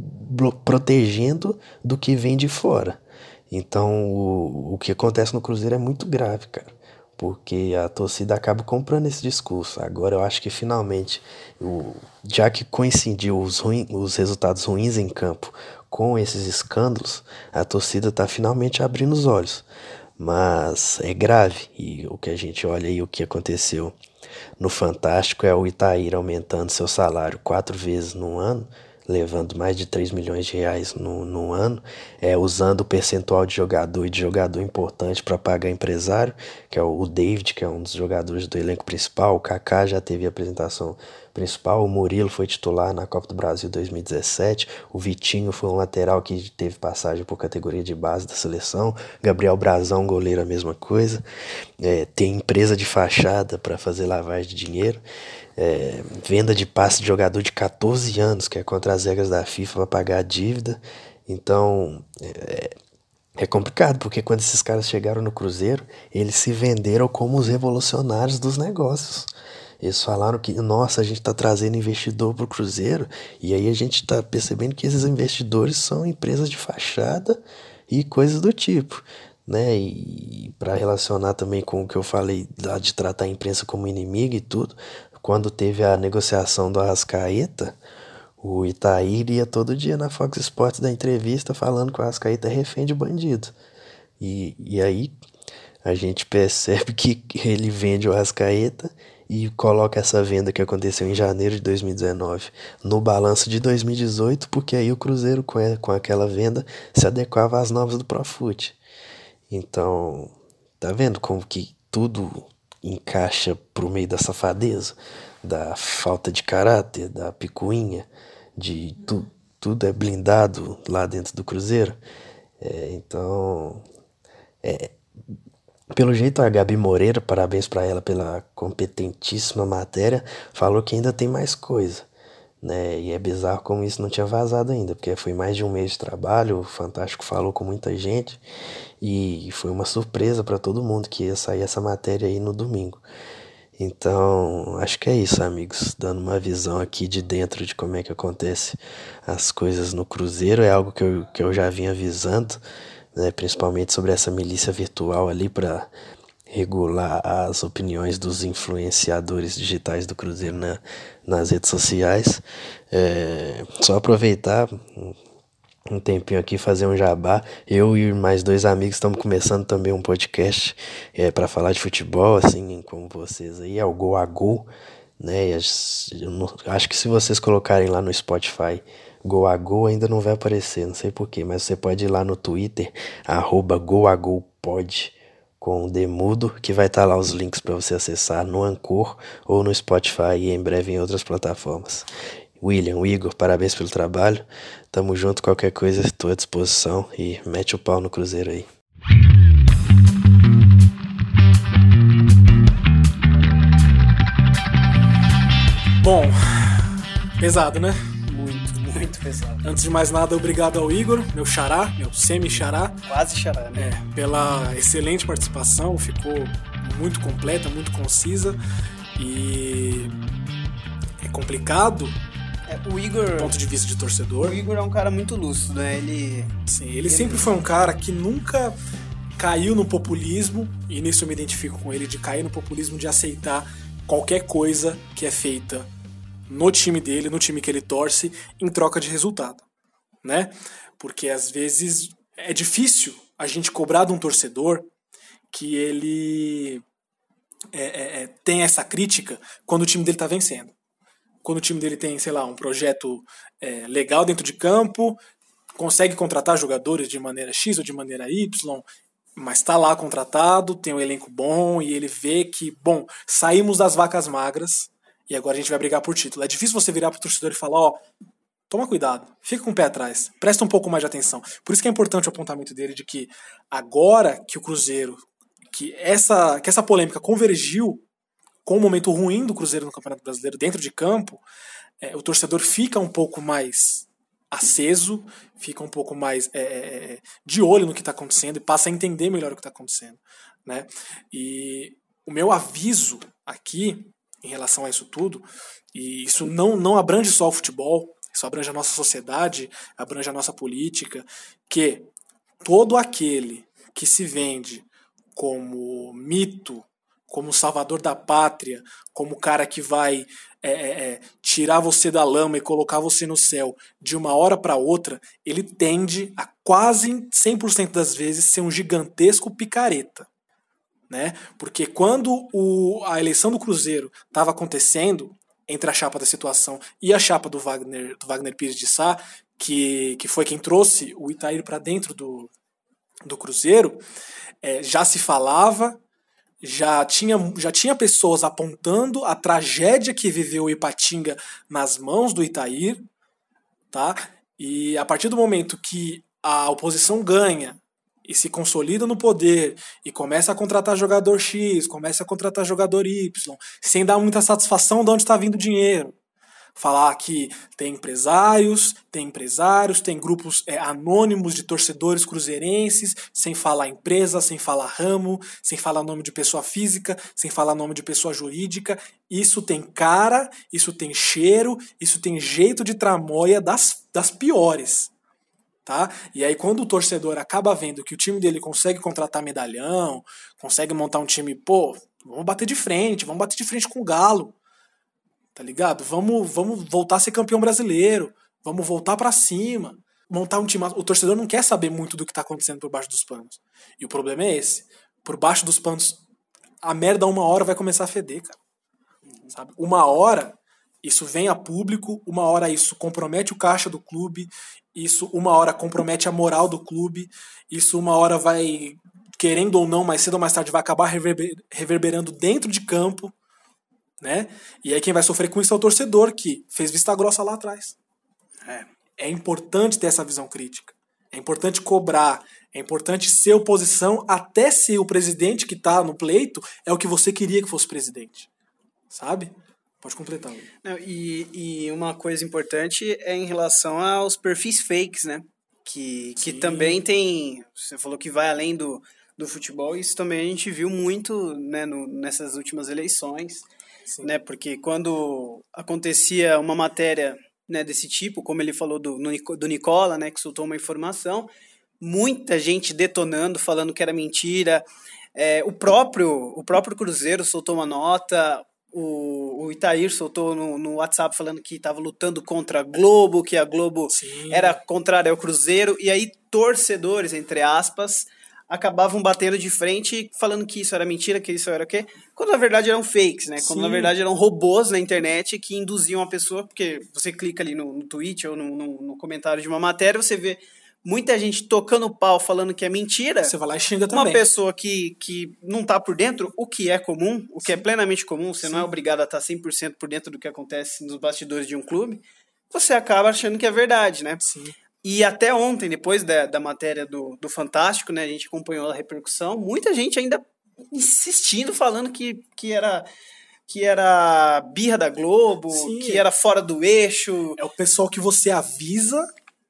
protegendo do que vem de fora. Então, o, o que acontece no Cruzeiro é muito grave, cara, porque a torcida acaba comprando esse discurso. Agora eu acho que finalmente, o, já que coincidiu os, ruim, os resultados ruins em campo com esses escândalos, a torcida está finalmente abrindo os olhos. Mas é grave, e o que a gente olha aí, o que aconteceu no Fantástico é o Itaíra aumentando seu salário quatro vezes no ano, levando mais de três milhões de reais no, no ano, é, usando o percentual de jogador e de jogador importante para pagar empresário, que é o, o David, que é um dos jogadores do elenco principal, o Kaká já teve a apresentação principal, o Murilo foi titular na Copa do Brasil dois mil e dezessete, o Vitinho foi um lateral que teve passagem por categoria de base da seleção, Gabriel Brazão, goleiro, a mesma coisa, é, tem empresa de fachada para fazer lavagem de dinheiro, É, venda de passe de jogador de catorze anos, que é contra as regras da FIFA para pagar a dívida. Então é, é complicado, porque quando esses caras chegaram no Cruzeiro, eles se venderam como os revolucionários dos negócios. Eles falaram que, nossa, a gente está trazendo investidor para o Cruzeiro, e aí a gente está percebendo que esses investidores são empresas de fachada e coisas do tipo, né? E para relacionar também com o que eu falei lá de tratar a imprensa como inimiga e tudo, quando teve a negociação do Arrascaeta, o Itaíra ia todo dia na Fox Sports dar entrevista falando que o Arrascaeta é refém de bandido. E, e aí a gente percebe que ele vende o Arrascaeta e coloca essa venda que aconteceu em janeiro de dois mil e dezenove no balanço de dois mil e dezoito, porque aí o Cruzeiro com, com aquela venda se adequava às normas do Profut. Então, tá vendo como que tudo encaixa pro meio da safadeza, da falta de caráter, da picuinha, de tu, tudo é blindado lá dentro do Cruzeiro. É, então, é, pelo jeito a Gabi Moreira, parabéns para ela pela competentíssima matéria, falou que ainda tem mais coisa, né? E é bizarro como isso não tinha vazado ainda, porque foi mais de um mês de trabalho, o Fantástico falou com muita gente e foi uma surpresa para todo mundo que ia sair essa matéria aí no domingo. Então, acho que é isso, amigos, dando uma visão aqui de dentro de como é que acontece as coisas no Cruzeiro, é algo que eu, que eu já vinha avisando, né, principalmente sobre essa milícia virtual ali para regular as opiniões dos influenciadores digitais do Cruzeiro na, nas redes sociais. É, só aproveitar um tempinho aqui, fazer um jabá. Eu e mais dois amigos estamos começando também um podcast é, para falar de futebol, assim como vocês aí, é o Gol a Gol, né? Eu não, acho que se vocês colocarem lá no Spotify Gol a Gol ainda não vai aparecer, não sei porquê, mas você pode ir lá no Twitter, arroba goagolpod, com o Demudo, que vai estar lá os links para você acessar no Anchor ou no Spotify e em breve em outras plataformas. William, Igor, parabéns pelo trabalho. Tamo junto, qualquer coisa estou à disposição e mete o pau no Cruzeiro aí. Bom, pesado, né? Muito, muito pesado. Antes de mais nada, obrigado ao Igor, meu xará, meu semi-xará. Quase xará, né? É, pela excelente participação, ficou muito completa, muito concisa e é complicado. É, o Igor, do ponto de vista de torcedor. O Igor é um cara muito lúcido, né? Ele, Sim, ele, ele sempre foi um cara que nunca caiu no populismo, e nisso eu me identifico com ele, de cair no populismo de aceitar qualquer coisa que é feita no time dele, no time que ele torce, em troca de resultado, né? Porque às vezes é difícil a gente cobrar de um torcedor que ele é, é, é, tem essa crítica quando o time dele tá vencendo. Quando o time dele tem, sei lá, um projeto é, legal dentro de campo, consegue contratar jogadores de maneira X ou de maneira Y, mas está lá contratado, tem um elenco bom e ele vê que, bom, saímos das vacas magras e agora a gente vai brigar por título. É difícil você virar pro torcedor e falar, ó, toma cuidado, fica com o pé atrás, presta um pouco mais de atenção. Por isso que é importante o apontamento dele de que agora que o Cruzeiro, que essa, que essa polêmica convergiu com o momento ruim do Cruzeiro no Campeonato Brasileiro dentro de campo, é, o torcedor fica um pouco mais aceso, fica um pouco mais é, é, de olho no que está acontecendo e passa a entender melhor o que está acontecendo, né? E o meu aviso aqui, em relação a isso tudo, e isso não, não abrange só o futebol, isso abrange a nossa sociedade, abrange a nossa política, que todo aquele que se vende como mito, como salvador da pátria, como o cara que vai é, é, tirar você da lama e colocar você no céu de uma hora para outra, ele tende a quase cem por cento das vezes ser um gigantesco picareta. Né? Porque quando o, a eleição do Cruzeiro estava acontecendo, entre a chapa da situação e a chapa do Wagner, do Wagner Pires de Sá, que, que foi quem trouxe o Itair para dentro do, do Cruzeiro, é, já se falava, já tinha, já tinha pessoas apontando a tragédia que viveu o Ipatinga nas mãos do Itair, tá? E a partir do momento que a oposição ganha e se consolida no poder e começa a contratar jogador X, começa a contratar jogador Y, sem dar muita satisfação de onde está vindo o dinheiro. Falar que tem empresários, tem empresários, tem grupos é, anônimos de torcedores cruzeirenses, sem falar empresa, sem falar ramo, sem falar nome de pessoa física, sem falar nome de pessoa jurídica. Isso tem cara, isso tem cheiro, isso tem jeito de tramóia das, das piores. Tá? E aí quando o torcedor acaba vendo que o time dele consegue contratar medalhão, consegue montar um time, pô, vamos bater de frente, vamos bater de frente com o Galo. Tá ligado? Vamos, vamos voltar a ser campeão brasileiro. Vamos voltar pra cima. Montar um time. O torcedor não quer saber muito do que tá acontecendo por baixo dos panos. E o problema é esse. Por baixo dos panos, a merda uma hora vai começar a feder, cara. Sabe? Uma hora, isso vem a público. Uma hora isso compromete o caixa do clube. Isso uma hora compromete a moral do clube. Isso uma hora vai, querendo ou não, mais cedo ou mais tarde, vai acabar reverber, reverberando dentro de campo. Né? E aí quem vai sofrer com isso é o torcedor, que fez vista grossa lá atrás. É, é importante ter essa visão crítica. É importante cobrar. É importante ser oposição, até ser o presidente que está no pleito é o que você queria que fosse presidente. Sabe? Pode completar. Não, e, e uma coisa importante é em relação aos perfis fakes, né? Que, que também tem... Você falou que vai além do, do futebol. Isso também a gente viu muito, né, no, nessas últimas eleições. Né, porque quando acontecia uma matéria, né, desse tipo, como ele falou do, do Nicola, né, que soltou uma informação, muita gente detonando, falando que era mentira. É, o, próprio, o próprio Cruzeiro soltou uma nota, o, o Itair soltou no, no WhatsApp falando que estava lutando contra a Globo, que a Globo Sim. era contrária ao Cruzeiro, e aí torcedores, entre aspas, acabavam batendo de frente, falando que isso era mentira, que isso era o quê? Quando na verdade eram fakes, né? Quando Sim. na verdade eram robôs na internet que induziam a pessoa, porque você clica ali no, no tweet ou no, no, no comentário de uma matéria, você vê muita gente tocando pau, falando que é mentira. Você vai lá e xinga uma também. Uma pessoa que, que não tá por dentro, o que é comum, o que Sim. é plenamente comum, você Sim. não é obrigado a estar cem por cento por dentro do que acontece nos bastidores de um clube, você acaba achando que é verdade, né? Sim. E até ontem, depois da, da matéria do, do Fantástico, né, a gente acompanhou a repercussão, muita gente ainda insistindo, falando que, que, era, que era birra da Globo, Sim. que era fora do eixo. É o pessoal que você avisa,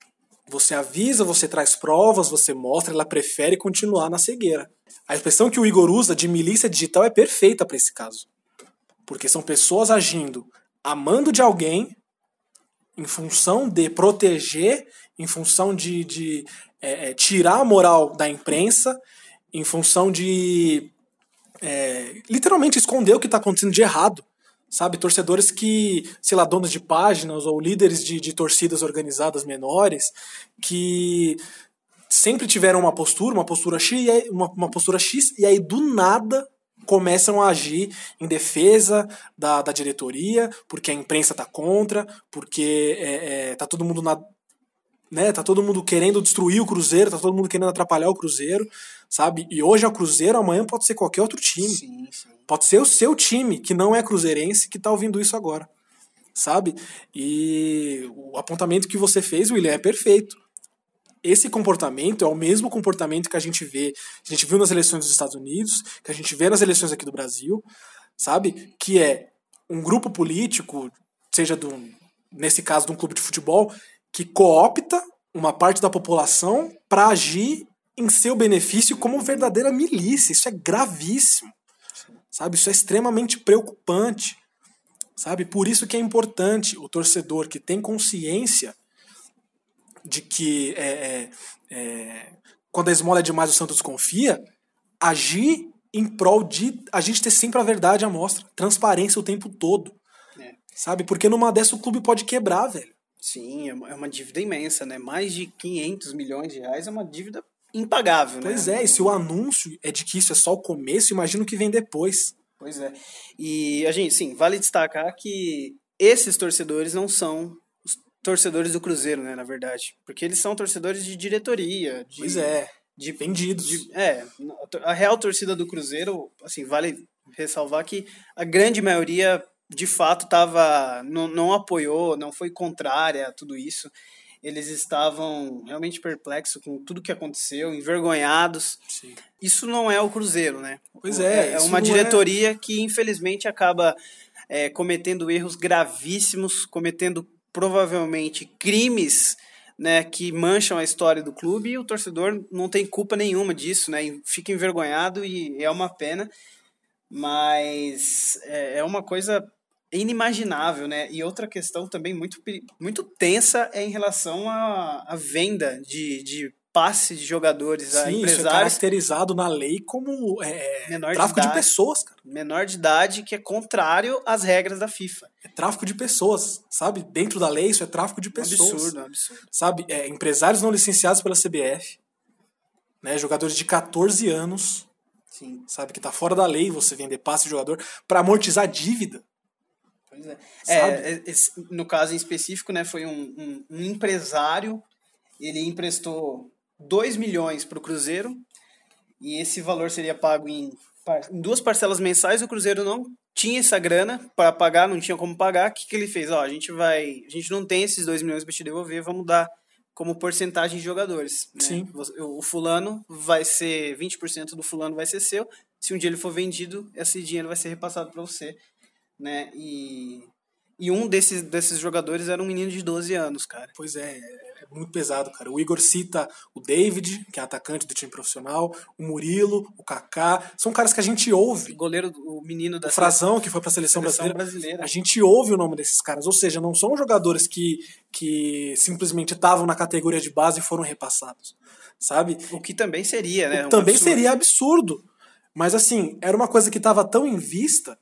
você avisa, você traz provas, você mostra, ela prefere continuar na cegueira. A expressão que o Igor usa de milícia digital é perfeita para esse caso. Porque são pessoas agindo amando de alguém, em função de proteger, em função de, de é, tirar a moral da imprensa, em função de é, literalmente esconder o que está acontecendo de errado. Sabe? Torcedores que, sei lá, donos de páginas ou líderes de, de torcidas organizadas menores que sempre tiveram uma postura, uma postura X, e aí, uma, uma postura X, e aí do nada começam a agir em defesa da, da diretoria, porque a imprensa tá contra, porque é, é, tá todo mundo na, né, tá todo mundo querendo destruir o Cruzeiro, tá todo mundo querendo atrapalhar o Cruzeiro, sabe? E hoje é o Cruzeiro, amanhã pode ser qualquer outro time. Sim, sim. Pode ser o seu time, que não é cruzeirense, que tá ouvindo isso agora, sabe? E o apontamento que você fez, William, é perfeito. Esse comportamento é o mesmo comportamento que a gente vê, a gente viu nas eleições dos Estados Unidos, que a gente vê nas eleições aqui do Brasil, sabe? Que é um grupo político, seja do, nesse caso de um clube de futebol, que coopta uma parte da população para agir em seu benefício como verdadeira milícia. Isso é gravíssimo, sabe? Isso é extremamente preocupante, sabe? Por isso que é importante o torcedor que tem consciência de que é, é, é, quando a esmola é demais o santo desconfia, agir em prol de a gente ter sempre a verdade à mostra, transparência o tempo todo, é. sabe? Porque numa dessa o clube pode quebrar, velho. Sim, é uma dívida imensa, né? Mais de quinhentos milhões de reais é uma dívida impagável, pois né? Pois é, e se o anúncio é de que isso é só o começo, imagina o que vem depois. Pois é. E, a gente, sim, vale destacar que esses torcedores não são os torcedores do Cruzeiro, né, na verdade. Porque eles são torcedores de diretoria. De, pois é, de vendidos. De, é, a real torcida do Cruzeiro, assim, vale ressalvar que a grande maioria, de fato, tava, não, não apoiou, não foi contrária a tudo isso. Eles estavam realmente perplexos com tudo que aconteceu, envergonhados. Sim. Isso não é o Cruzeiro, né? Pois é. É uma diretoria é... que, infelizmente, acaba é, cometendo erros gravíssimos, cometendo, provavelmente, crimes, né, que mancham a história do clube, e o torcedor não tem culpa nenhuma disso, né? Fica envergonhado e é uma pena, mas é, é uma coisa inimaginável, né? E outra questão também muito, muito tensa é em relação à, à venda de, de passe de jogadores Sim, a empresários. Isso é caracterizado na lei como é, menor tráfico de, idade, de pessoas, cara. Menor de idade, que é contrário às regras da FIFA. É tráfico de pessoas, sabe? Dentro da lei, isso é tráfico de pessoas. Absurdo, absurdo. Sabe? É, empresários não licenciados pela C B F, né? Jogadores de catorze anos, sim. sabe? Que tá fora da lei você vender passe de jogador para amortizar dívida. Pois é. É, esse, no caso em específico, né, foi um, um, um empresário, ele emprestou dois milhões para o Cruzeiro, e esse valor seria pago em, em duas parcelas mensais. O Cruzeiro não tinha essa grana para pagar, não tinha como pagar. O que, que ele fez? Ó, a gente vai, a gente não tem esses dois milhões para te devolver, vamos dar como porcentagem de jogadores, né? Sim. O, o fulano vai ser, vinte por cento do fulano vai ser seu, se um dia ele for vendido, esse dinheiro vai ser repassado para você. Né? E, e um desses, desses jogadores era um menino de doze anos, cara. Pois é, é muito pesado, cara. O Igor cita o David, que é atacante do time profissional, o Murilo, o Kaká, são caras que a gente ouve. O goleiro, o menino da o Frazão, que foi pra seleção, seleção brasileira. brasileira. A gente ouve o nome desses caras, ou seja, não são jogadores que, que simplesmente estavam na categoria de base e foram repassados, sabe? O que também seria, né? O Um também absurdo. seria absurdo. Mas assim, era uma coisa que estava tão em vista,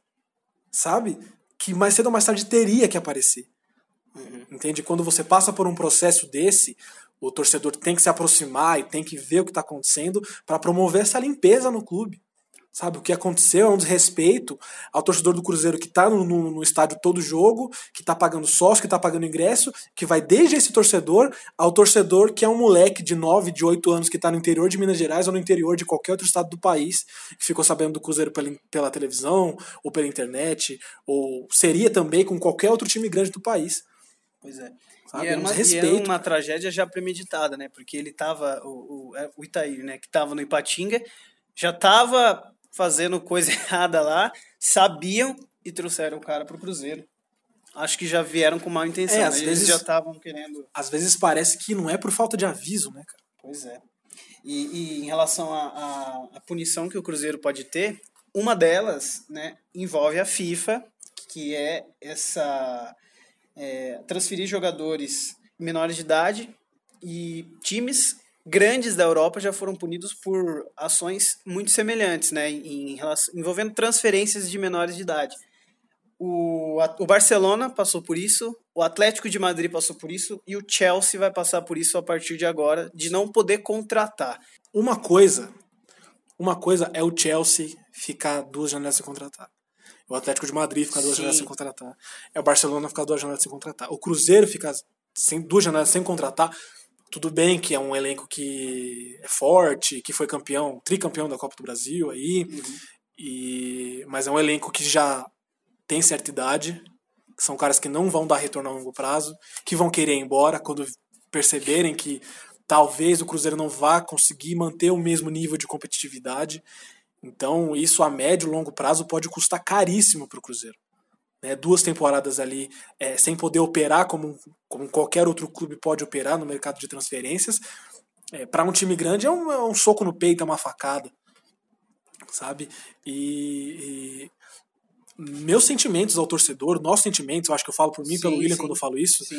sabe? Que mais cedo ou mais tarde teria que aparecer. Uhum. Entende? Quando você passa por um processo desse, o torcedor tem que se aproximar e tem que ver o que está acontecendo para promover essa limpeza no clube. Sabe? O que aconteceu é um desrespeito ao torcedor do Cruzeiro que está no, no, no estádio todo jogo, que está pagando sócio, que está pagando ingresso, que vai desde esse torcedor ao torcedor que é um moleque de nove, de oito anos que está no interior de Minas Gerais ou no interior de qualquer outro estado do país, que ficou sabendo do Cruzeiro pela, pela televisão ou pela internet, ou seria também com qualquer outro time grande do país. Pois é. Sabe? E era, um uma, e era uma tragédia já premeditada, né? Porque ele estava, o, o, o Itair, né, que estava no Ipatinga, já estava fazendo coisa errada lá, sabiam e trouxeram o cara pro Cruzeiro. Acho que já vieram com má intenção, é, né? às Eles vezes, já estavam querendo... Às vezes parece que não é por falta de aviso, né, cara? Pois é. E, e em relação à punição que o Cruzeiro pode ter, uma delas, né, envolve a FIFA, que é essa... É, transferir jogadores menores de idade, e times grandes da Europa já foram punidos por ações muito semelhantes, né, em relação, envolvendo transferências de menores de idade. O, a, o Barcelona passou por isso, o Atlético de Madrid passou por isso, e o Chelsea vai passar por isso a partir de agora, de não poder contratar. Uma coisa, uma coisa é o Chelsea ficar duas janelas sem contratar. O Atlético de Madrid ficar duas Sim. janelas sem contratar. É o Barcelona ficar duas janelas sem contratar. O Cruzeiro ficar sem, duas janelas sem contratar. Tudo bem que é um elenco que é forte, que foi campeão, tricampeão da Copa do Brasil aí, uhum. e, mas é um elenco que já tem certa idade, que são caras que não vão dar retorno a longo prazo, que vão querer ir embora quando perceberem que talvez o Cruzeiro não vá conseguir manter o mesmo nível de competitividade. Então isso a médio e longo prazo pode custar caríssimo para o Cruzeiro. Né, duas temporadas ali é, sem poder operar como, como qualquer outro clube pode operar no mercado de transferências, é, para um time grande é um, é um soco no peito, é uma facada, sabe? E, e meus sentimentos ao torcedor, nossos sentimentos, eu acho que eu falo por mim e pelo William sim. quando eu falo isso, sim.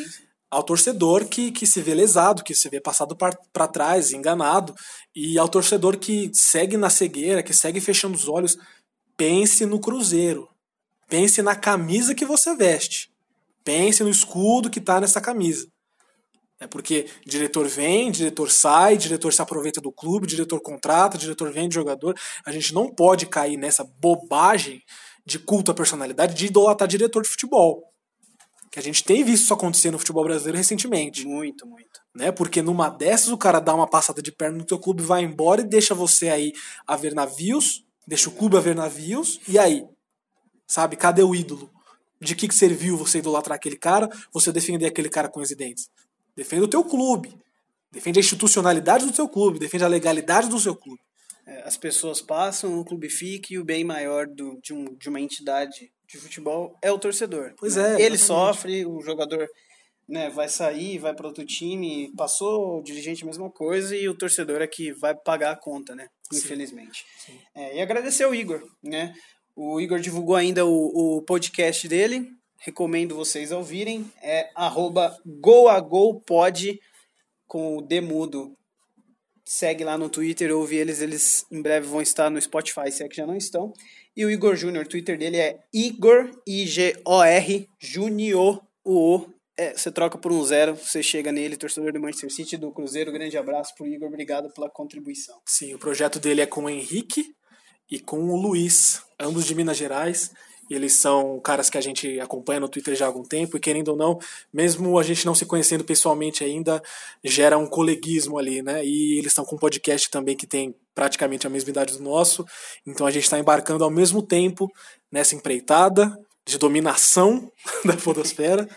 ao torcedor que, que se vê lesado, que se vê passado para trás, enganado, e ao torcedor que segue na cegueira, que segue fechando os olhos. Pense no Cruzeiro, pense na camisa que você veste, pense no escudo que está nessa camisa. É porque diretor vem, diretor sai, diretor se aproveita do clube, diretor contrata, diretor vende jogador. A gente não pode cair nessa bobagem de culto à personalidade, de idolatrar diretor de futebol. Que a gente tem visto isso acontecer no futebol brasileiro recentemente. Muito, muito. Né? Porque numa dessas o cara dá uma passada de perna no teu clube, vai embora e deixa você aí a ver navios, deixa o clube a ver navios, e aí? Sabe, cadê o ídolo? De que, que serviu você idolatrar aquele cara, você defender aquele cara com os dentes? Defende o teu clube, defende a institucionalidade do teu clube, defende a legalidade do seu clube. É, as pessoas passam, o clube fica e o bem maior do, de, um, de uma entidade de futebol é o torcedor. Pois né? é. Ele exatamente. sofre, o jogador né, vai sair, vai para outro time, passou, o dirigente a mesma coisa e o torcedor é que vai pagar a conta, né? Infelizmente. Sim. Sim. É, e agradecer ao Igor, né? O Igor divulgou ainda o, o podcast dele. Recomendo vocês ouvirem. É arroba goagolpod com o D mudo. Segue lá no Twitter, ouve eles. Eles em breve vão estar no Spotify, se é que já não estão. E o Igor Júnior, o Twitter dele é Igor, I G O R, Junior, o O. É, você troca por um zero, você chega nele, torcedor do Manchester City, do Cruzeiro. Grande abraço pro Igor, obrigado pela contribuição. Sim, o projeto dele é com o Henrique e com o Luiz, ambos de Minas Gerais. Eles são caras que a gente acompanha no Twitter já há algum tempo e, querendo ou não, mesmo a gente não se conhecendo pessoalmente ainda, gera um coleguismo ali, né? E eles estão com um podcast também que tem praticamente a mesma idade do nosso, então a gente está embarcando ao mesmo tempo nessa empreitada de dominação da podosfera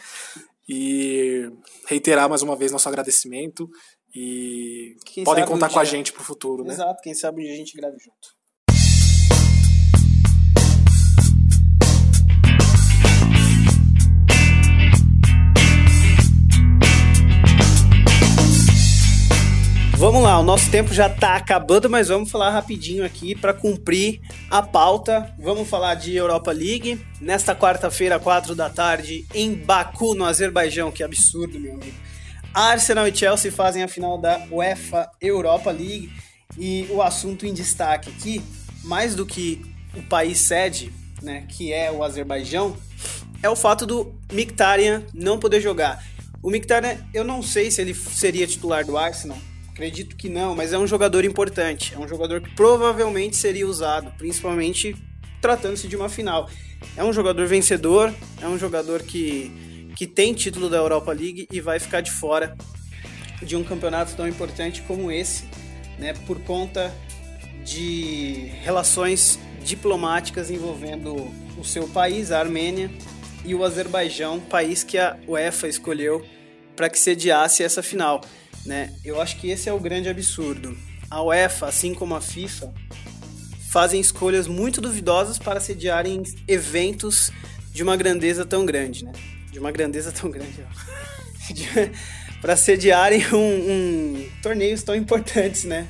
e reiterar mais uma vez nosso agradecimento e Quem podem sabe um contar com a dia- gente pro futuro, né? Exato, quem sabe um dia a gente grave junto. Vamos lá, o nosso tempo já tá acabando, mas vamos falar rapidinho aqui para cumprir a pauta. Vamos falar de Europa League. Nesta quarta-feira, quatro da tarde, em Baku, no Azerbaijão. Que absurdo, meu amigo. Arsenal e Chelsea fazem a final da UEFA Europa League. E o assunto em destaque aqui, mais do que o país sede, né, que é o Azerbaijão, é o fato do Mkhitaryan não poder jogar. O Mkhitaryan, eu não sei se ele seria titular do Arsenal, acredito que não, mas é um jogador importante, é um jogador que provavelmente seria usado, principalmente tratando-se de uma final. É um jogador vencedor, é um jogador que, que tem título da Europa League e vai ficar de fora de um campeonato tão importante como esse, né, por conta de relações diplomáticas envolvendo o seu país, a Armênia, e o Azerbaijão, país que a UEFA escolheu para que sediasse essa final. Né? Eu acho que esse é o grande absurdo. A UEFA, assim como a FIFA, fazem escolhas muito duvidosas para sediarem eventos de uma grandeza tão grande, né? De uma grandeza tão grande, ó. De, para sediarem um, um, torneios tão importantes, né?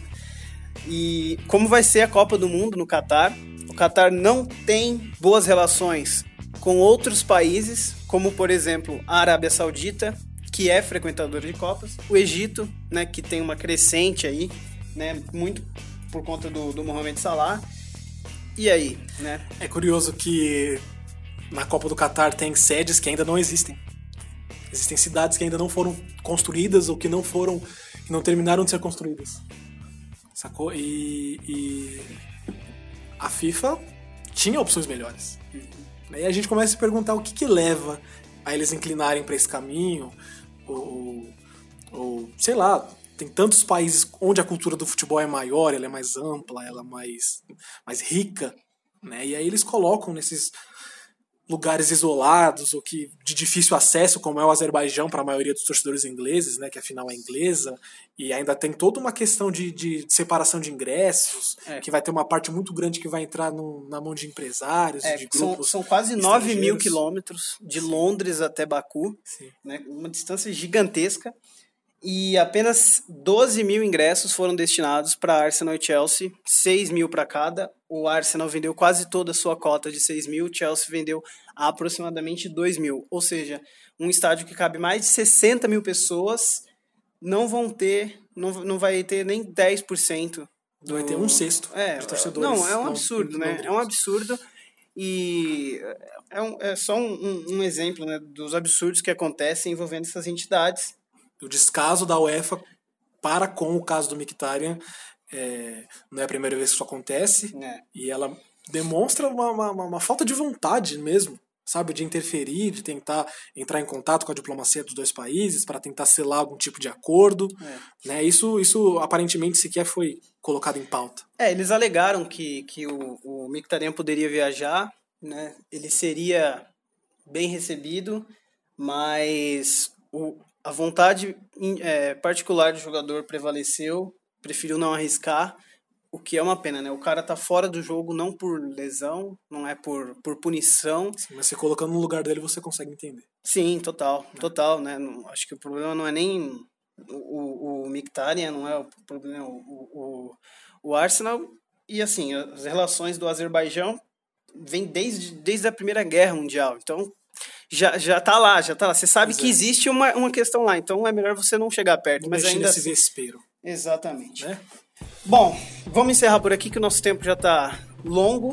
E como vai ser a Copa do Mundo no Catar, o Catar não tem boas relações com outros países, como por exemplo a Arábia Saudita, que é frequentador de Copas, o Egito, né, que tem uma crescente aí, né, muito por conta do, do Mohamed Salah. E aí, né? É curioso que na Copa do Catar tem sedes que ainda não existem. Existem cidades que ainda não foram construídas ou que não foram, que não terminaram de ser construídas. Sacou? E, e a FIFA tinha opções melhores. E a gente começa a se perguntar o que, que leva a eles inclinarem para esse caminho. Ou, ou, sei lá, tem tantos países onde a cultura do futebol é maior, ela é mais ampla, ela é mais, mais rica, né? E aí eles colocam nesses lugares isolados ou que de difícil acesso, como é o Azerbaijão para a maioria dos torcedores ingleses, né? Que afinal é inglesa, e ainda tem toda uma questão de, de separação de ingressos, é. que vai ter uma parte muito grande que vai entrar no, na mão de empresários, é, de grupos. São, são quase nove mil quilômetros de Londres até Baku, né, uma distância gigantesca, e apenas doze mil ingressos foram destinados para Arsenal e Chelsea, seis mil para cada, o Arsenal vendeu quase toda a sua cota de seis mil, o Chelsea vendeu aproximadamente dois mil. Ou seja, um estádio que cabe mais de sessenta mil pessoas não vão ter, não, não vai ter nem dez por cento. Do... Vai ter um sexto é, de torcedores. Não, é um absurdo, não, né? É um absurdo. E é, um, é só um, um, um exemplo, né, dos absurdos que acontecem envolvendo essas entidades. O descaso da UEFA para com o caso do Mkhitaryan é, não é a primeira vez que isso acontece, é. E ela demonstra uma, uma, uma falta de vontade mesmo, sabe, de interferir, de tentar entrar em contato com a diplomacia dos dois países para tentar selar algum tipo de acordo. É. Né? Isso, isso aparentemente sequer foi colocado em pauta. É, eles alegaram que, que o, o Mkhitaryan poderia viajar, né? Ele seria bem recebido, mas o, a vontade é, particular do jogador prevaleceu, preferiu não arriscar, o que é uma pena, né? O cara tá fora do jogo não por lesão, não é por, por punição. Sim, mas você colocando no lugar dele você consegue entender. Sim, total, é. total, né? Acho que o problema não é nem o, o, o Mkhitaryan, não é o problema, o, o, o Arsenal. E assim, as relações do Azerbaijão vêm desde, desde a Primeira Guerra Mundial, então já, já tá lá, já tá lá. Você sabe pois que é. existe uma, uma questão lá, então é melhor você não chegar perto. Não mas ainda nesse assim... vespeiro. Exatamente. Né? Bom, vamos encerrar por aqui que o nosso tempo já tá longo,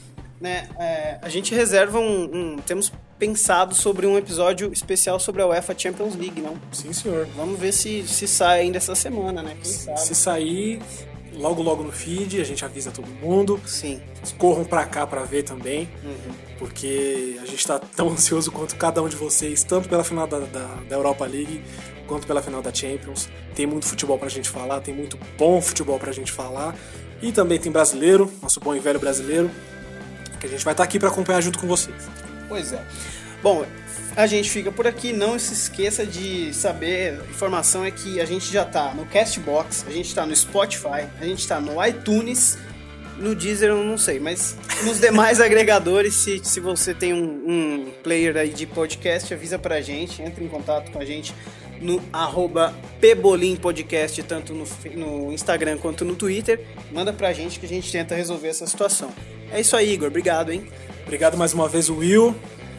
né? É, a gente reserva um, um... Temos pensado sobre um episódio especial sobre a UEFA Champions League, não? Sim, senhor. Vamos ver se, se sai ainda essa semana, né? Quem sabe? Se sair, logo logo no feed, a gente avisa todo mundo. Sim. Corram pra cá pra ver também, uhum. porque a gente tá tão ansioso quanto cada um de vocês, tanto pela final da, da, da Europa League, quanto pela final da Champions. Tem muito futebol pra gente falar, tem muito bom futebol pra gente falar. E também tem brasileiro, nosso bom e velho brasileiro, que a gente vai estar aqui pra acompanhar junto com vocês. Pois é. Bom, a gente fica por aqui. Não se esqueça de saber, a informação é que a gente já tá no Castbox, a gente tá no Spotify, a gente tá no iTunes, no Deezer eu não sei, mas nos demais agregadores, se, se você tem um, um player aí de podcast, avisa pra gente, entre em contato com a gente no arroba pebolimpodcast, tanto no, no Instagram quanto no Twitter. Manda pra gente que a gente tenta resolver essa situação. É isso aí, Igor. Obrigado, hein? Obrigado mais uma vez, Will.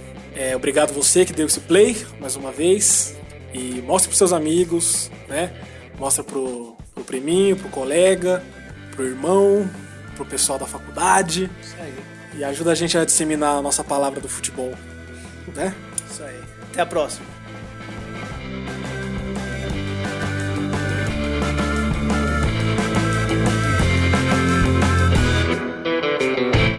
É, obrigado você que deu esse play mais uma vez. E mostre pros seus amigos, né? Mostra pro, pro priminho, pro colega, pro irmão, pro pessoal da faculdade. Isso aí. E ajuda a gente a disseminar a nossa palavra do futebol, né? Isso aí. Até a próxima.